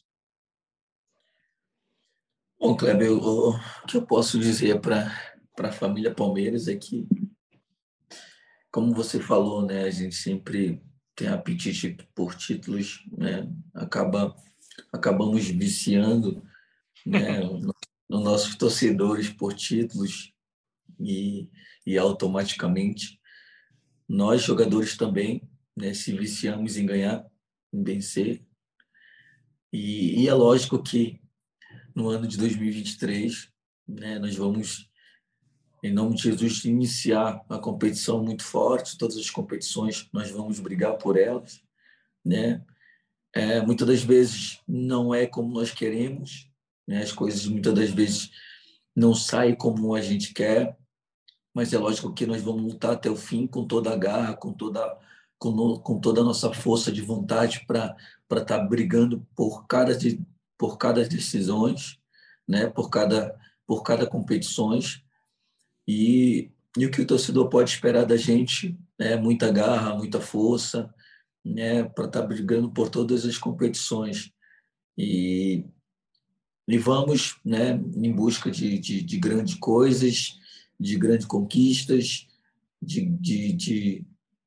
Bom, Kleber, o que eu posso dizer para a família Palmeiras é que, como você falou, né, a gente sempre tem apetite por títulos, né, acabamos viciando, né, nos nossos torcedores por títulos e automaticamente nós, jogadores também, né, se viciamos em ganhar, em vencer. E é lógico que no ano de 2023, né, nós vamos, em nome de Jesus, iniciar a competição muito forte. Todas as competições nós vamos brigar por elas, né? Muitas das vezes não é como nós queremos, né? As coisas muitas das vezes não saem como a gente quer, mas é lógico que nós vamos lutar até o fim com toda a garra, com toda a nossa força de vontade para estar brigando por cada decisões, né? por cada competições. E o que o torcedor pode esperar da gente é muita garra, muita força, né? Para estar brigando por todas as competições. E vamos, né, em busca de grandes coisas, de grandes conquistas, de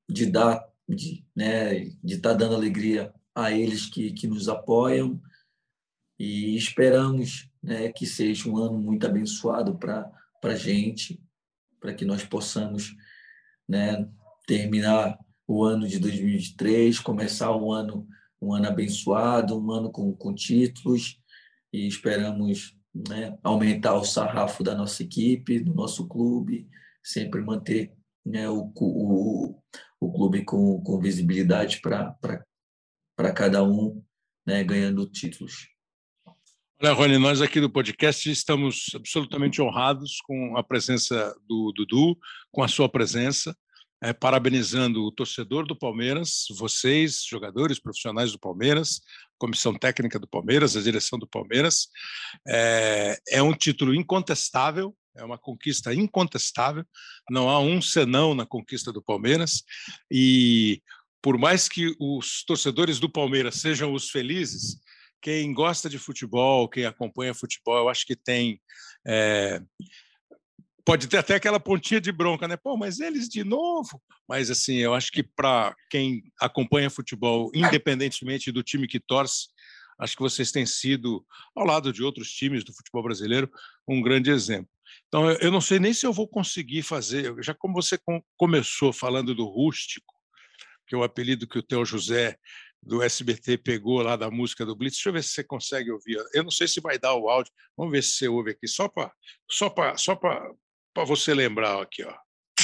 estar dando alegria a eles que nos apoiam, e esperamos, né, que seja um ano muito abençoado para a gente, para que nós possamos, né, terminar o ano de 2023, começar um ano abençoado, um ano com títulos, e esperamos, né, aumentar o sarrafo da nossa equipe, do nosso clube, sempre manter, né, o clube com visibilidade para cada um, né, ganhando títulos. Olha, Rony, nós aqui do podcast estamos absolutamente honrados com a presença do Dudu, com a sua presença, parabenizando o torcedor do Palmeiras, vocês, jogadores profissionais do Palmeiras, comissão técnica do Palmeiras, a direção do Palmeiras. É um título incontestável, é uma conquista incontestável, não há um senão na conquista do Palmeiras, e por mais que os torcedores do Palmeiras sejam os felizes, quem gosta de futebol, quem acompanha futebol, eu acho que tem... pode ter até aquela pontinha de bronca, né? Pô, mas eles de novo... Mas, assim, eu acho que para quem acompanha futebol, independentemente do time que torce, acho que vocês têm sido, ao lado de outros times do futebol brasileiro, um grande exemplo. Então, eu não sei nem se eu vou conseguir fazer... Já como você começou falando do rústico, que é o apelido que o Theo José do SBT pegou lá da música do Blitz. Deixa eu ver se você consegue ouvir. Eu não sei se vai dar o áudio. Vamos ver se você ouve aqui, só para você lembrar aqui, ó.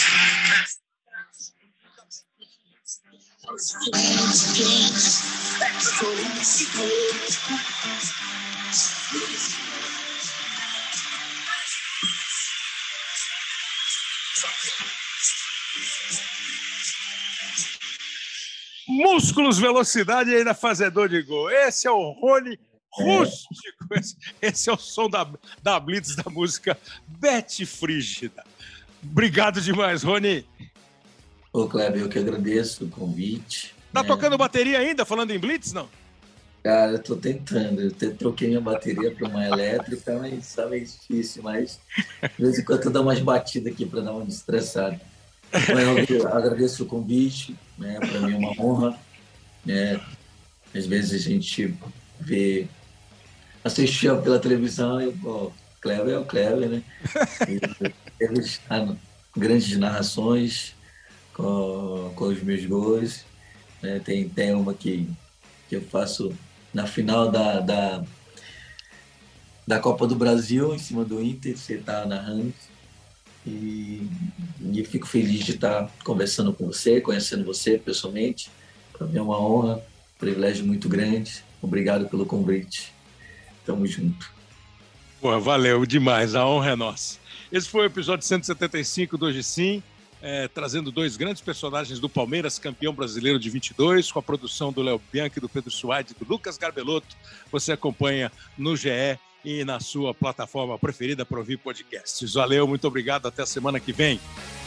Músculos, velocidade e ainda fazedor de gol. Esse é o Rony Rústico. Esse é o som da Blitz da música Bete Frígida. Obrigado demais, Rony. Ô, Kleber, eu que agradeço o convite. Tá tocando bateria ainda, falando em Blitz, não? Cara, eu tô tentando. Eu troquei minha bateria para uma elétrica, mas tá meio difícil. Mas de vez em quando eu dou umas batidas aqui para dar uma desestressada. Mas eu agradeço o convite, né? Para mim é uma honra, né? Às vezes a gente assistia pela televisão e o Kleber é o Kleber, né? Eles grandes narrações com os meus gols, né? Tem uma que eu faço na final da Copa do Brasil, em cima do Inter, você está narrando. E fico feliz de estar conversando com você, conhecendo você pessoalmente. Para mim é uma honra, um privilégio muito grande. Obrigado pelo convite. Tamo junto. Pô, valeu demais, a honra é nossa. Esse foi o episódio 175 do Hoje Sim, trazendo dois grandes personagens do Palmeiras, campeão brasileiro de 22, com a produção do Léo Bianchi, do Pedro Suaide, do Lucas Garbelotto. Você acompanha no GE e na sua plataforma preferida para ouvir podcasts. Valeu, muito obrigado, até a semana que vem.